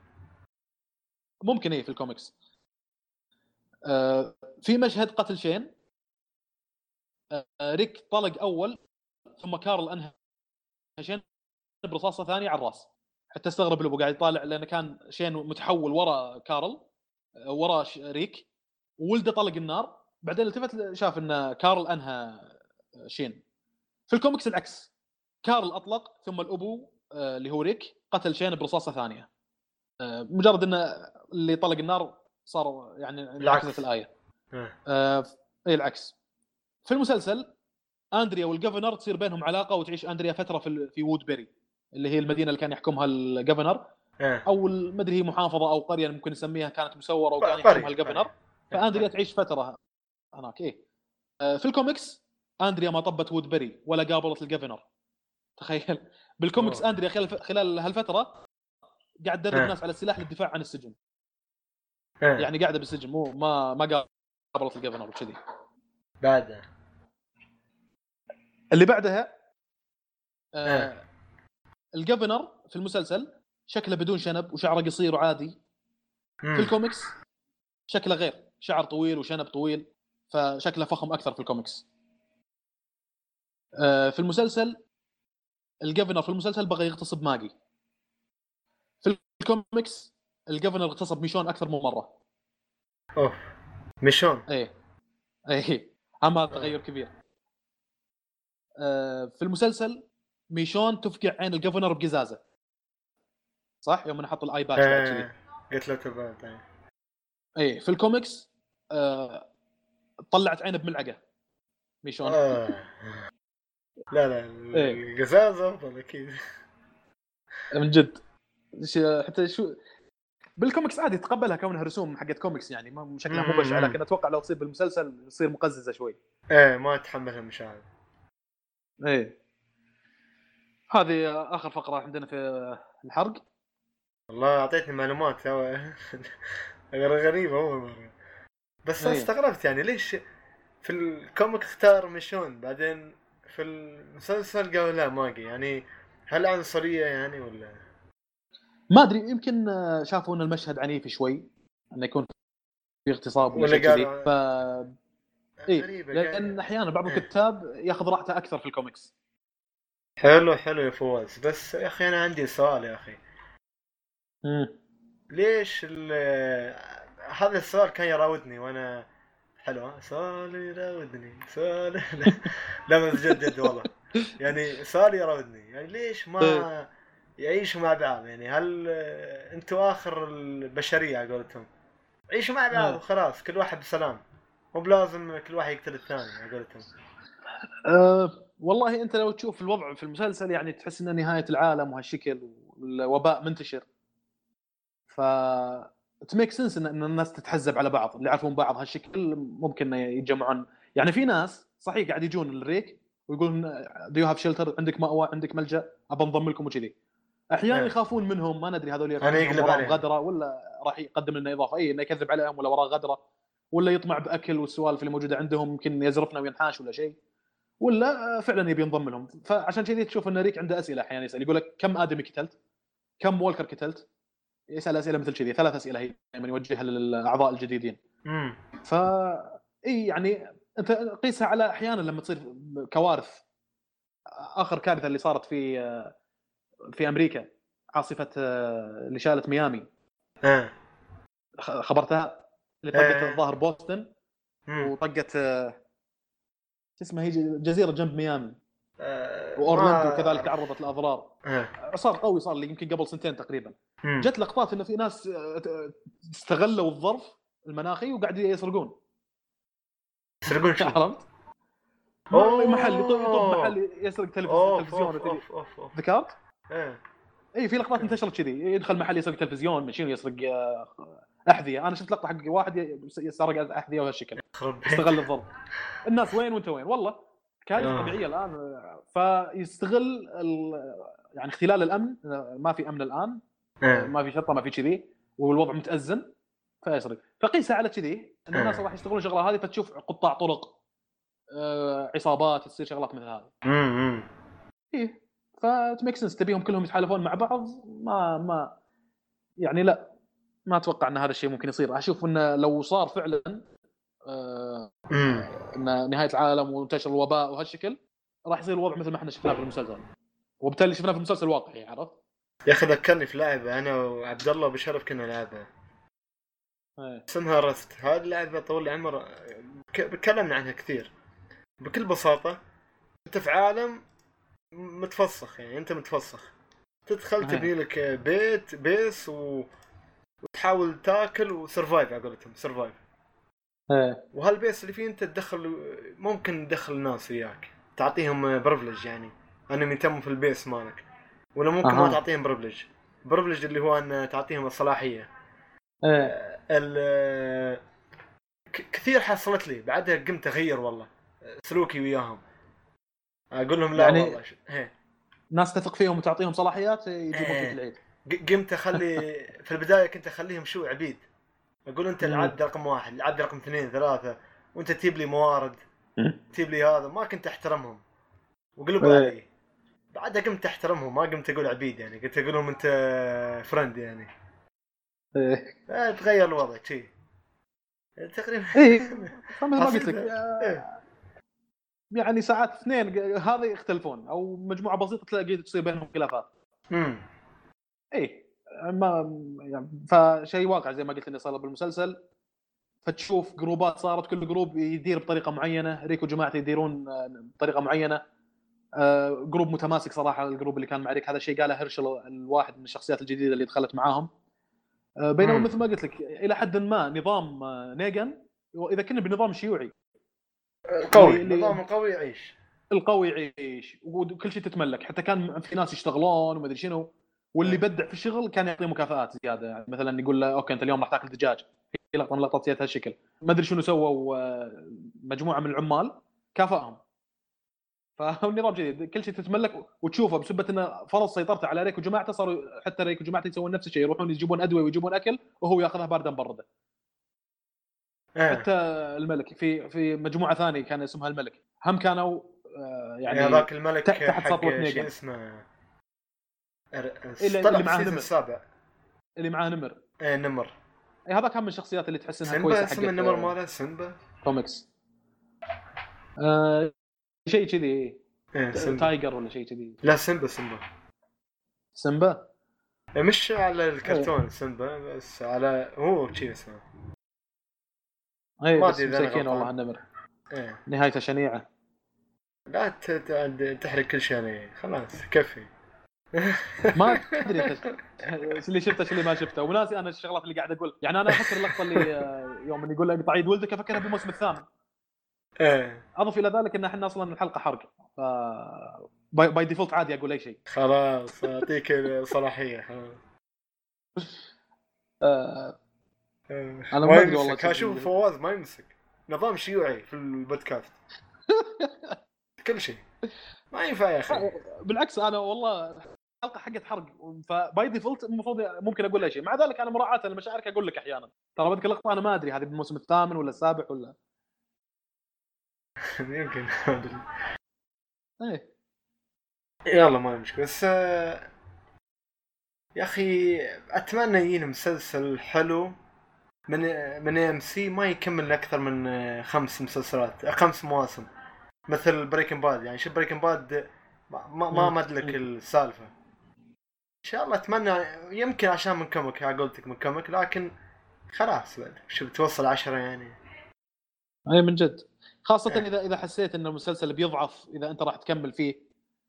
ممكن في الكوميكس. في مشهد قتل شين ريك طلق اول، ثم كارل انهى شين برصاصه ثانيه على الراس. حتى استغرب له وقاعد يطالع لان كان شين متحول ورا كارل ورا ريك، وولده طلق النار. بعدين التفت شاف ان كارل انهى شين. في الكوميكس العكس، كارل اطلق ثم الابو اللي هو ريك قتل شين برصاصه ثانيه. مجرد ان اللي طلق النار صار يعني عكس الايه. اي العكس. في المسلسل اندريا والجفنر تصير بينهم علاقه، وتعيش اندريا فتره في وودبري اللي هي المدينه اللي كان يحكمها الجفنر، او ما ادري هي محافظه او قريه ممكن نسميها، كانت مسوره وكان يحكمها الجفنر. فاندريا تعيش فتره هناك. في الكوميكس اندريا ما طبت وودبري ولا قابلت الجفنر. تخيل بالكوميكس اندريا خلال هالفتره قاعد تدرب الناس على السلاح للدفاع عن السجن. يعني قاعده بالسجن، مو ما قابلت الجفنر وكذي. بعدها اللي بعدها الجفنر في المسلسل شكله بدون شنب وشعره قصير وعادي. في الكوميكس شكله غير، شعر طويل وشنب طويل، فشكله فخم اكثر في الكوميكس. في المسلسل الجفنر في المسلسل بغى يغتصب ماجي. في الكوميكس الجفنر اغتصب ميشون اكثر من مره. ميشون ايه اما تغير كبير. في المسلسل ميشون تفقع عين الجفنر بقزازه صح يوم نحط الاي باتش بعد كذي قلت له تبعت. ايه في الكوميكس طلعت عينه بملعقه ميشون. لا القزازه افضل اكيد من جد. حتى شو بالكوميكس عادي تقبلها كونها رسوم حقت كوميكس يعني ما شكلها مو بشعه، لكن اتوقع لو تصير بالمسلسل تصير مقززه شوي. ما اتحملها المشاهد. هذه اخر فقره عندنا في الحرق. والله اعطيتني معلومات غريبه اول مره، بس استغربت يعني ليش في الكوميك اختار ميشون بعدين في المسلسل قالوا لا ماجي، يعني هل عنصريه يعني ولا ما ادري، يمكن شافوا ان المشهد عنيف شوي انه يكون في اغتصاب ولا كذي غريبه لان احيانا بعض الكتاب ياخذ راحته اكثر في الكوميكس. حلو يا فواز، بس يا اخي انا عندي سؤال يا اخي. ليش هذا السؤال كان يراودني وانا حلو سؤال يراودني سؤال لا بس جد والله يعني سؤال يراودني، يعني ليش ما يعيشوا مع بعض؟ يعني هل انتوا اخر البشريه على قولتهم، عيشوا مع بعض وخلاص كل واحد بسلام، مو بلازم كل واحد يقتل الثاني على قولتهم. والله انت لو تشوف الوضع في المسلسل يعني تحس ان نهايه العالم وهالشكل والوباء منتشر، ف تميك سنس ان الناس تتحزب على بعض اللي يعرفون بعض هالشكل ممكن يتجمعون. يعني في ناس صحيح قاعد يجون الريك ويقولون دو يو هاف شيلتر، عندك مأوى عندك ملجأ ابى انضم لكم وكذي. احيانا يخافون منهم، ما ندري هذول يقلب عليهم غدره ولا راح يقدم لنا اضافه انه يكذب عليهم ولا وراه غدره ولا يطمع باكل والسوالف اللي موجوده عندهم يمكن يزرفنا وينحاش ولا شيء، ولا فعلا يبي ينضم لهم. فعشان كذي تشوف ان ريك عنده اسئله احيانا يسال، يقول لك كم ادمي قتلت، كم وولكر قتلت، يسال اسئله مثل كذي، 3 اسئله هي من يوجهها للاعضاء الجديدين. يعني انت قيسها على احيانا لما تصير كوارث. اخر كارثه اللي صارت في امريكا، عاصفه اللي شالت ميامي، خبرتها اللي طقت الظاهر بوسطن وطقت اسمها هي جزيره جنب ميامي واورلاندو كذلك تعرضت لاضرار. صار قوي، صار اللي يمكن قبل 2 سنين تقريبا. جت لقطات ان في ناس استغلوا الظرف المناخي وقاعد يسرقون شو عرفت؟ محل يطب محل يسرق تلفزيون ذكرت؟ اي في لقطات انتشرت كذي، يدخل محل يسرق تلفزيون، ماشين يسرق احذيه. انا شفت لقطه حق واحد يسرق احذيه وهالشكل، استغل الظرف. الناس وين وانت وين؟ والله كارثه طبيعيه الان. فيستغل يعني اختلال الامن، ما في امن الان، ما في شرطه، ما في كذي، والوضع متأزم فيسرق. فقيسها على كذي ان الناس راح يشتغلون شغله هذه، فتشوف قطاع طرق، عصابات، تصير شغلات مثل هذه. ايه فتميك سنس تبيهم كلهم يتحالفون مع بعض. ما يعني لا، ما اتوقع ان هذا الشيء ممكن يصير. اشوف انه لو صار فعلا ان نهايه العالم وانتشر الوباء وهالشكل، راح يصير الوضع مثل ما احنا شفناه في المسلسل، وبالتالي شفناه في المسلسل واقعي. عرفت يا اخي؟ ذكرني في لعبه انا وعبد الله وبشرف كنا نلعبها، اسمها رست. هذه اللعبه طول العمر تكلمنا عنها كثير. بكل بساطه انت في عالم متفسخ، يعني انت متفسخ، تدخل تبني لك بيت بيس وتحاول تاكل وسرفايف على قولتهم، سرفايف. وهالبيس اللي فيه انت تدخل، ممكن تدخل ناس وياك، تعطيهم برفلج، يعني انهم يتموا في البيس مالك، ولا ممكن ما تعطيهم برفلج اللي هو ان تعطيهم الصلاحيه. كثير حصلت لي بعدها، قمت اغير والله سلوكي وياهم، اقول لهم لا يعني والله ناس تثق فيهم وتعطيهم صلاحيات يجيبون فيك العيد. قمت اخلي في البدايه كنت اخليهم شو عبيد، اقول انت العبد رقم 1، العبد رقم 2 3، وانت تجيب لي موارد، تجيب لي هذا. ما كنت احترمهم وقلبوا علي. بعدها قمت احترمهم، ما قمت اقول عبيد، يعني قلت اقول لهم انت فرند يعني. تغير الوضع شيء تقريبا. ما قلت لك يعني ساعات 2 هذا يختلفون، او مجموعه بسيطه تلاقي تصير بينهم خلافات. ما يعني فشيء واقع زي ما قلت انه صار بالمسلسل. فتشوف جروبات صارت، كل جروب يدير بطريقه معينه، ريك وجماعته يديرون بطريقه معينه. جروب متماسك صراحه، الجروب اللي كان مع ريك هذا الشيء قاله هيرشل الواحد من الشخصيات الجديده اللي دخلت معاهم. بينما مثل ما قلت لك الى حد ما نظام نيغان اذا كنا بنظام شيوعي قوي، النظام القوي يعيش، القوي يعيش وكل شيء تتملك. حتى كان في ناس يشتغلون وما ادري شنو، واللي يبدع في الشغل كان يعطيه مكافآت زياده. يعني مثلا يقول له اوكي انت اليوم راح تاكل دجاج، في لقطه من لقطات زي هالشكل. ما ادري شنو سووا مجموعه من العمال كافأهم. فالنظام جديد، كل شيء تتملك وتشوفه بسبه انه فرض سيطرته على ريك وجماعته. صاروا حتى ريك وجماعته يسوون نفس الشيء، يروحون يجيبون ادويه ويجيبون اكل وهو ياخذها بارده مبرده. حتى الملك في مجموعه ثانيه كان اسمها الملك، هم كانوا يعني هذاك الملك تحت سطوه نيغان. شو اسمه اللي معاه نمر السابع، اللي معاه نمر. نمر. هذا كان من الشخصيات اللي تحس انها كويسه. اسم النمر ماله سيمبا كوميكس، شيء كذي تايجر ولا شيء كذي. لا سيمبا مش على الكرتون سيمبا، بس على هو شيء اسمه. ما ادري مسكين والله النمر. نهايته شنيعه. لا تحرق كل شيء يعني خلاص كفي. ما ادري اللي شفته شو اللي ما شفته، وناسي انا الشغلات اللي قاعد اقول. يعني انا افكر اللقطه اللي يوم اللي يقول له اقطع يد ولدك افكرها بالموسم الثامن. اضف الى ذلك ان احنا اصلا الحلقه حرق، ف باي ديفولت عادي اقول اي شيء. خلاص اعطيك الصلاحيه خلاص. انا ما ادري والله. اشوف فواز ما يمسك نظام شيوعي في البودكاست. كل شيء ما ينفع يا اخي. بالعكس انا والله الحلقه حقت حرق، فباي ديفولت المفروض ممكن اقول اي شيء. مع ذلك انا مراعاه لمشاعرك اقول لك احيانا ترى بذكر اللقطه انا ما ادري هذه بالموسم الثامن ولا السابع ولا يمكن. ايه يلا ما مشكله. بس يا اخي اتمنى يجينا مسلسل حلو من ام سي ما يكمل اكثر من 5 مواسم مثل بريكنج باد. يعني شو بريكنج باد ما مدلك السالفه. ان شاء الله اتمنى يمكن عشان من كوميك قلتك من كوميك، لكن خلاص شو بتوصل 10 يعني. اي من جد، خاصه اذا حسيت ان المسلسل بيضعف اذا انت راح تكمل فيه.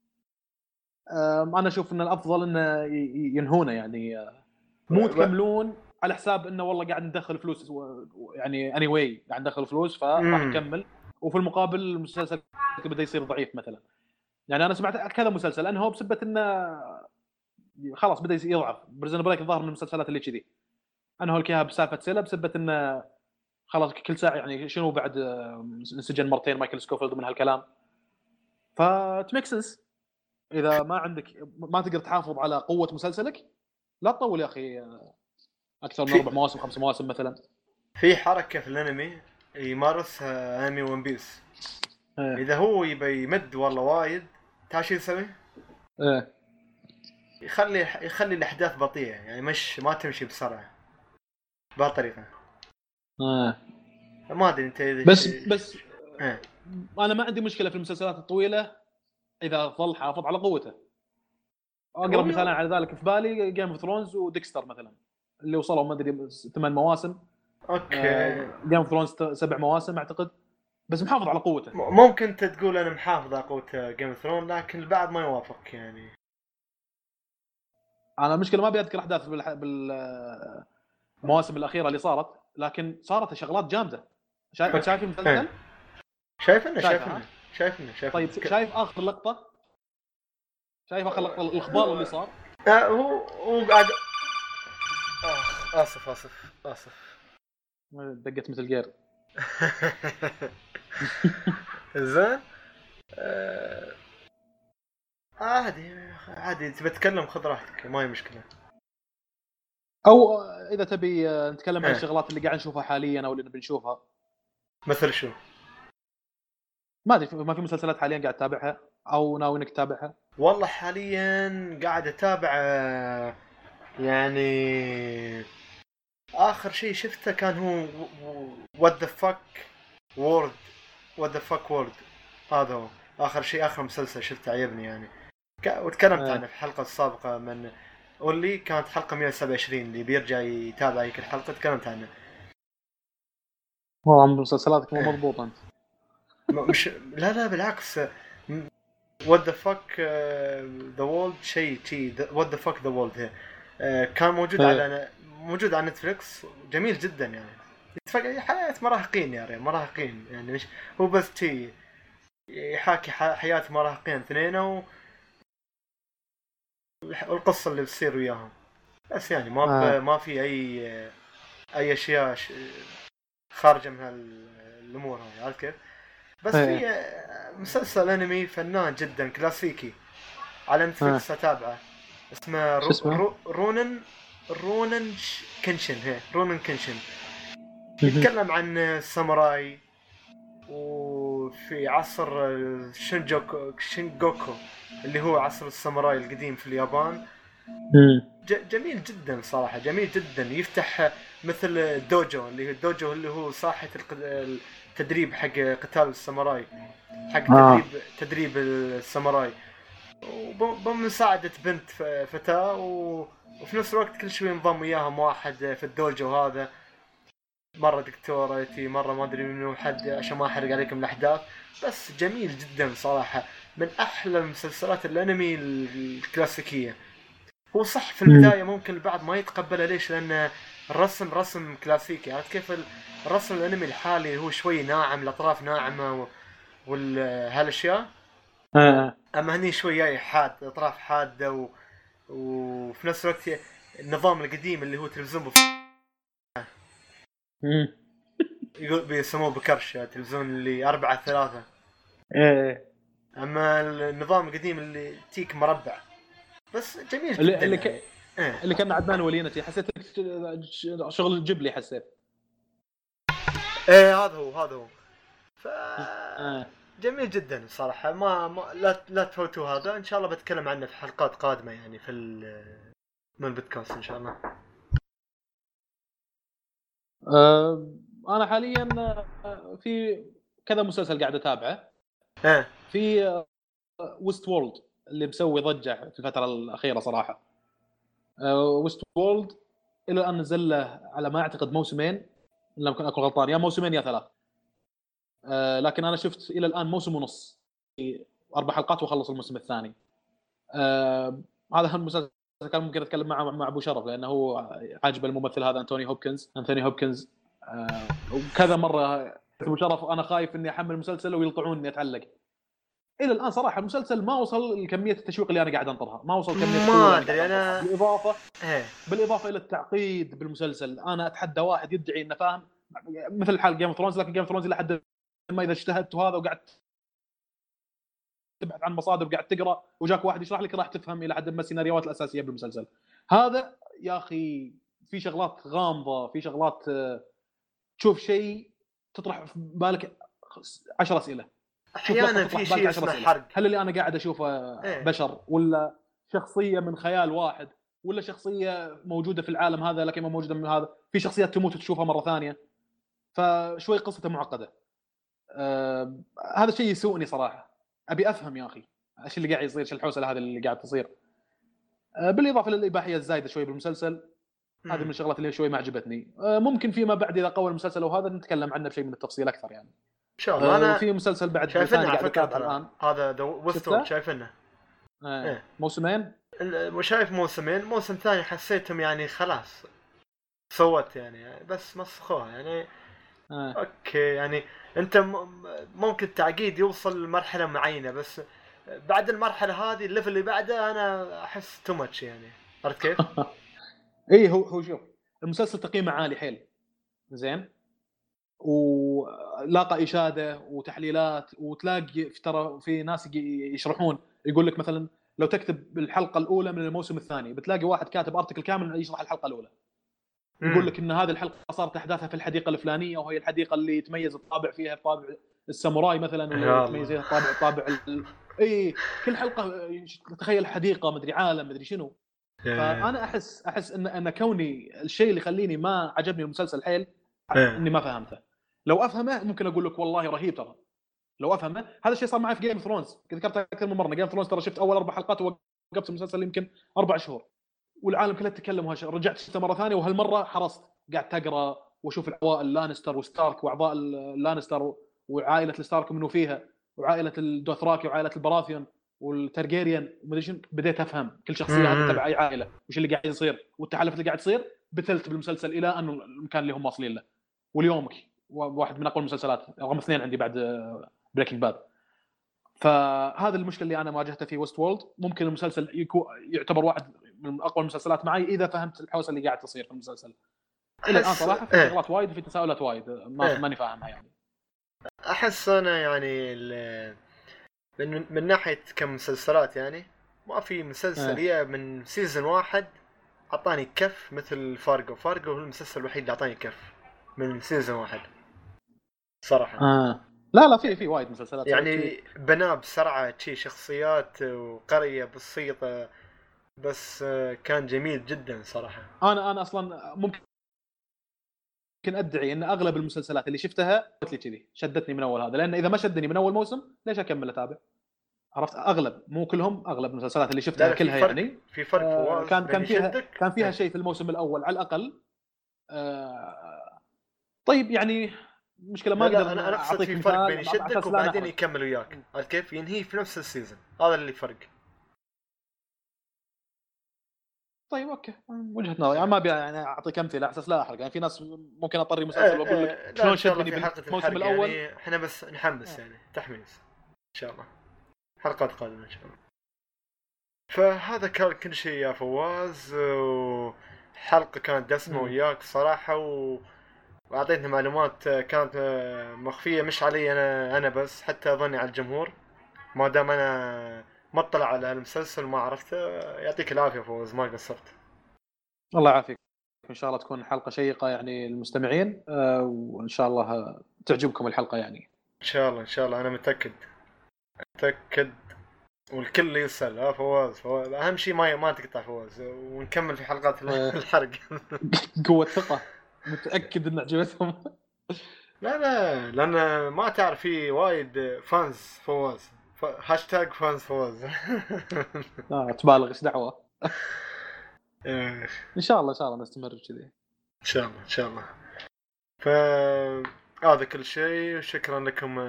انا اشوف ان الافضل انه ينهونه، يعني مو تكملون على حساب انه والله قاعد ندخل فلوس يعني anyway قاعد ندخل فلوس فراح نكمل، وفي المقابل المسلسل بدا يصير ضعيف مثلا. يعني انا سمعت كذا مسلسل انه بسبه انه خلاص بدا يضعف. بريزن بريك الظاهر من المسلسلات اللي كذي انه لك اياها بسالفه سيله بسبه انه خلاص كل ساعه يعني شنو بعد انسجن مرتين مايكل سكوفيلد من هالكلام. فتميكسنس اذا ما عندك ما تقدر تحافظ على قوه مسلسلك لا تطول يا اخي اكثر من 4 مواسم 5 مواسم مثلا. في حركه في الانمي يمارسها انمي ون بيس. اذا هو يبي يمد والله وايد تعال شو يسوي؟ يخلي الاحداث بطيئه، يعني مش ما تمشي بسرعه بهالطريقه. ما ادري انت بس انا ما عندي مشكله في المسلسلات الطويله اذا ظل حافظ على قوته. اقرب مثلا على ذلك في بالي جيم اوف ثرونز وديكستر مثلا اللي وصلوا ما ادري 8 مواسم. اوكي جيم اوف ثرونز 7 مواسم اعتقد، بس محافظ على قوته. ممكن انت تقول انا محافظ على قوه جيم اوف ثرونز، لكن البعض ما يوافق. يعني انا المشكله ما بيذكر احداث بالمواسم الاخيره اللي صارت، لكن صارت شغلات جامده. شايف المسلسل؟ شايفنا. طيب شايف اخر لقطه؟ شايف اخر لقطه الاخبار اللي صار؟ هو قاعد اسف دقت مثل غير. زين عادي تبي تتكلم خذ راحتك ما هي مشكله. او اذا تبي نتكلم عن الشغلات اللي قاعد نشوفها حاليا او اللي بنشوفها. مثل شو؟ ما ادري ما في مسلسلات حاليا قاعد تتابعها او ناوي انك تتابعها؟ والله حاليا قاعد اتابع يعني اخر شيء شفته كان هو What the fuck world. هذا هو اخر شيء، اخر مسلسل شفته عجبني يعني. وتكلمت عنه في الحلقه السابقه من واللي كانت حلقه 127 اللي بيرجع يتابع هيك الحلقه تكلمت عنه. والله مسلسلاتك مو مضبوطه انت. مش لا بالعكس. what the fuck the world شيء what the fuck the world هي كان موجود على نتفليكس، جميل جدا يعني. حياة مراهقين يعني مراهقين يعني، مش هو بس شيء يحاكي حياة مراهقين اثنين والقصة اللي بتصير وياهم بس يعني ما في أي أشياء خارجة من هالأمور هاي، عارف كيف؟ بس في مسلسل أنمي فنان جدا كلاسيكي على نتفليكس أتابعه، اسمه رونن كنشن. رونن كنشن يتكلم عن الساموراي وفي عصر شينجوكو اللي هو عصر الساموراي القديم في اليابان. جميل جدا صراحة، جميل جدا. يفتح مثل الدوجو اللي هو ساحة التدريب حق قتال الساموراي، حق تدريب الساموراي، وبمساعدة بنت فتاة، وفي نفس الوقت كل شوي ينضم وياهم واحد في الدوجو هذا، مرة دكتورتي مرة ما أدري منو حد، عشان ما أحرق عليكم الأحداث. بس جميل جدا صراحة، من أحلى المسلسلات الأنمي الكلاسيكية. هو صح في البداية ممكن البعض ما يتقبله، ليش؟ لأن الرسم رسم كلاسيكي، عرفت كيف؟ الرسم الأنمي الحالي هو شوي ناعم، الأطراف ناعمة وهالأشياء. أما هني شوي جاي حاد، أطراف حادة، وفي نفس الوقت النظام القديم اللي هو تلفزيون بيسموه بكرش، تلفزيون اللي 4:3. أما النظام القديم اللي تيك مربع، بس جميل جدا. اللي كان عدنان ولينتي، حسيت شغل جبلي، حسيت هذا هو جميل جدا صراحة. ما لا تفوتوا هذا، ان شاء الله بتكلم عنه في حلقات قادمة يعني في من البودكاست ان شاء الله. انا حاليا في كذا مسلسل قاعد اتابعه. في ويست وورلد اللي مسوي ضجة في الفترة الأخيرة صراحة. ويست وورلد إلى الآن نزل له على ما أعتقد موسمين، لم أكن غلطان، يا موسمين يا 3. لكن أنا شفت إلى الآن موسم ونص، 4 حلقات وخلص الموسم الثاني. هذا المسلسل كان ممكن أتكلم مع أبو شرف، لأنه هو عاجب الممثل هذا أنثوني هوبكنز. وكذا مرة أبو شرف أنا خايف إني أحمل المسلسل ويلطعوني أتعلق. إلى الآن صراحة المسلسل ما وصل لكمية التشويق اللي أنا قاعد أنطرها، ما وصل كمية ما أدري أنا. بالإضافة إلى التعقيد بالمسلسل، أنا أتحدى واحد يدعي إنه فاهم مثل حال جيم اوف ثرونز، لكن جيم اوف ثرونز إلى حد ما إذا اجتهدت وهذا وقعدت تبحث عن مصادر وقعدت تقرأ وجاك واحد يشرح لك راح تفهم إلى حد ما السيناريوهات الأساسية بالمسلسل. هذا يا أخي في شغلات غامضة، في شغلات تشوف شيء تطرح في بالك 10 أسئلة. أحيانا في شيء اسمه حرق، هل اللي أنا قاعد أشوفه بشر ولا شخصية من خيال واحد، ولا شخصية موجودة في العالم هذا لكن ما موجودة من هذا، في شخصيات تموت وتشوفها مرة ثانية، فشوي قصته معقدة. هذا الشيء يسوءني صراحة، أبي أفهم يا أخي إيش اللي قاعد يصير، إيش الحوسة هذا اللي قاعد تصير. بالإضافة للإباحية الزايدة شوي بالمسلسل، هذه من الشغلات اللي شوي ما عجبتني. ممكن فيما بعد إذا قوى المسلسل وهذا نتكلم عنه بشيء من التفصيل أكثر يعني. إن شاء الله. أنا في مسلسل بعد شايفينه على فكرة الآن، هذا وستون شايفينه موسمين، وشايف موسمين. موسم ثاني حسيتهم يعني خلاص صوت يعني بس مسخوها يعني. أوكي يعني أنت ممكن تعقيد يوصل لمرحلة معينة، بس بعد المرحلة هذه الليفل اللي بعده أنا أحس تو ماتش يعني، عرفت كيف؟ إيه هو شوف المسلسل تقييمه عالي حيل زين، ولاقى إشادة وتحليلات، وتلاقي ترى في ناس يشرحون يقول لك مثلا لو تكتب الحلقة الأولى من الموسم الثاني بتلاقي واحد كاتب أرتكل كامل يشرح الحلقة الأولى، يقول لك إن هذه الحلقة صارت أحداثها في الحديقة الفلانية، وهي الحديقة اللي يتميز الطابع فيها طابع الساموراي مثلا، ولا يتميز فيها طابع كل حلقة تخيل حديقة مدري عالم مدري شنو. فأنا أحس إن كوني الشيء اللي يخليني ما عجبني المسلسل حيل إني ما فهمته. لو أفهمه ممكن أقول لك والله رهيب ترى، لو أفهمه. هذا الشيء صار معي في جيم اوف ثرونز، ذكرت أكثر من مرة. جيم اوف ثرونز ترى شفت أول 4 حلقات ووقفت المسلسل يمكن 4 شهور، والعالم كله تكلم رجعت شفته مرة ثانية، وهالمرة حرصت قاعد تقرأ واشوف العوائل لانستر وستارك واعضاء لانستر وعائله الستارك منو فيها وعائله الدوثراكي وعائله البراثيون والترجيريان ومدري شنو، بديت افهم كل شخصيه تبع اي عائله وش اللي قاعد يصير والتحالف اللي قاعد يصير. بتلت بالمسلسل الى انه المكان اللي هم واصلين له، واليوم واحد من اقوى المسلسلات رقم 2 عندي بعد بريكنج باد. فهذا المشكله اللي انا واجهتها في ويست وولد. ممكن المسلسل يعتبر واحد من اقوى المسلسلات معي اذا فهمت الحوسه اللي قاعد تصير في المسلسل. الى الان صراحه في شغلات وايد وفي تساؤلات وايد ماني فاهمها يعني. احس انا يعني من ناحيه كمسلسلات يعني ما في مسلسل من سيزن واحد اعطاني كف مثل فارغو هو المسلسل الوحيد اللي اعطاني كف من سيزن واحد صراحه. لا في وايد مسلسلات يعني بناء بسرعه شي شخصيات وقريه بسيطه بس كان جميل جدا صراحه. انا اصلا ممكن ادعي ان اغلب المسلسلات اللي شفتها قلت لي كذي شدتني من اول هذا، لان اذا ما شدني من اول موسم ليش اكمل اتابع؟ عرفت؟ اغلب مو كلهم، اغلب المسلسلات اللي شفتها كلها يعني في فرق كان فيها شيء في الموسم الاول على الاقل. طيب يعني مشكله ما اقدر انا اقصد في فرق بين يشدك وبعدين يكمل وياك، عرفت كيف؟ ينهي في نفس السيزون، هذا اللي فرق. طيب اوكي وجهه نظر يعني ما ابي يعني اعطيك امثله على اساس لا احرق يعني. في ناس ممكن اطري مسلسل واقول لك شلون شدني بالموسم الاول يعني احنا بس نحمس يعني تحميس ان شاء الله حلقات قادمه ان شاء الله. فهذا كان كل شيء يا فواز، وحلقه كانت دسمه وياك صراحه واعطيتنا معلومات كانت مخفيه مش علي انا بس، حتى اظني على الجمهور ما دام انا ما اطلع على المسلسل ما عرفته. يعطيك العافيه فوز ما قصرت. الله يعافيك. ان شاء الله تكون حلقه شيقه يعني للمستمعين، وان شاء الله تعجبكم الحلقه يعني. ان شاء الله انا متاكد والكل يسال فواز اهم شيء ما تقطع فواز ونكمل في حلقات الحرق. قوه ثقه متاكد ان عجبتهم. لا لان ما تعرف في وايد فانز فواز هاشتاج فانز فواز. تبالغ ايش دعوه. ان شاء الله نستمر كذي ان شاء الله. فهذا كل شيء، شكرا لكم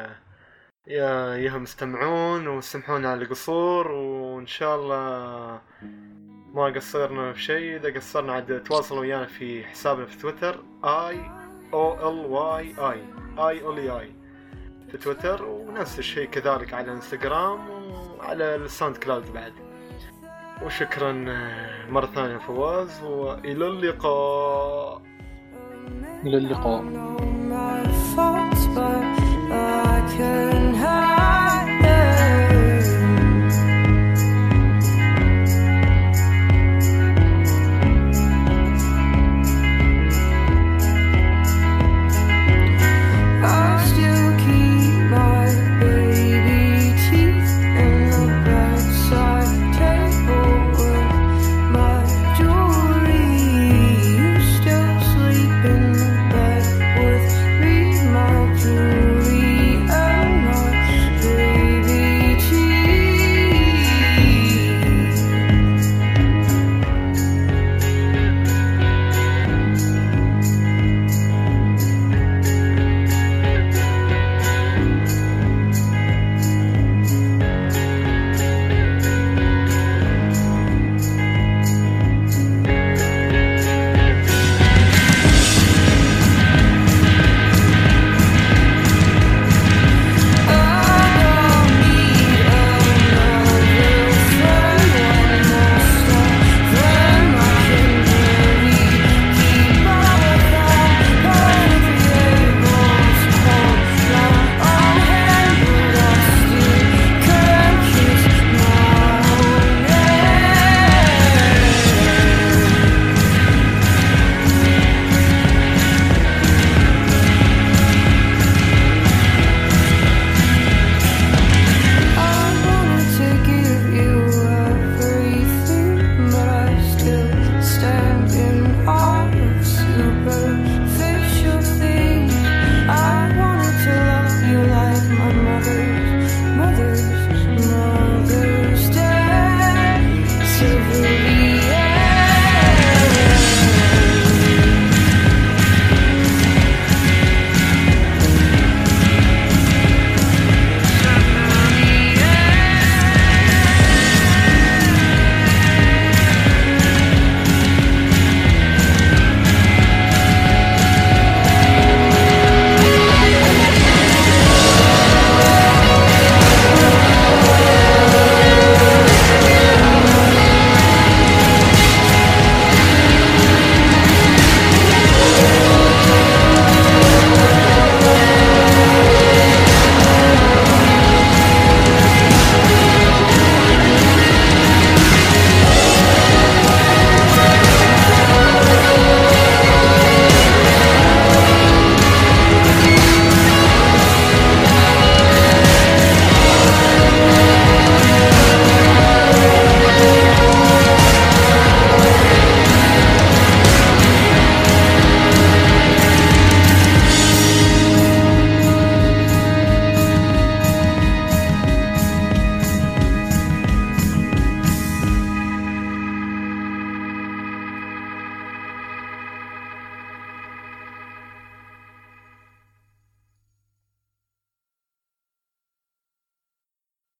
يا مستمعون وسمحونا على القصور، وان شاء الله ما قصرنا في شيء. اذا قصرنا عاد تواصلوا ويانا في حسابنا في تويتر IOLYI في تويتر، ونفس الشيء كذلك على انستغرام وعلى الساوند كلاود بعد. وشكرا مرة ثانية فواز، وإلى اللقاء.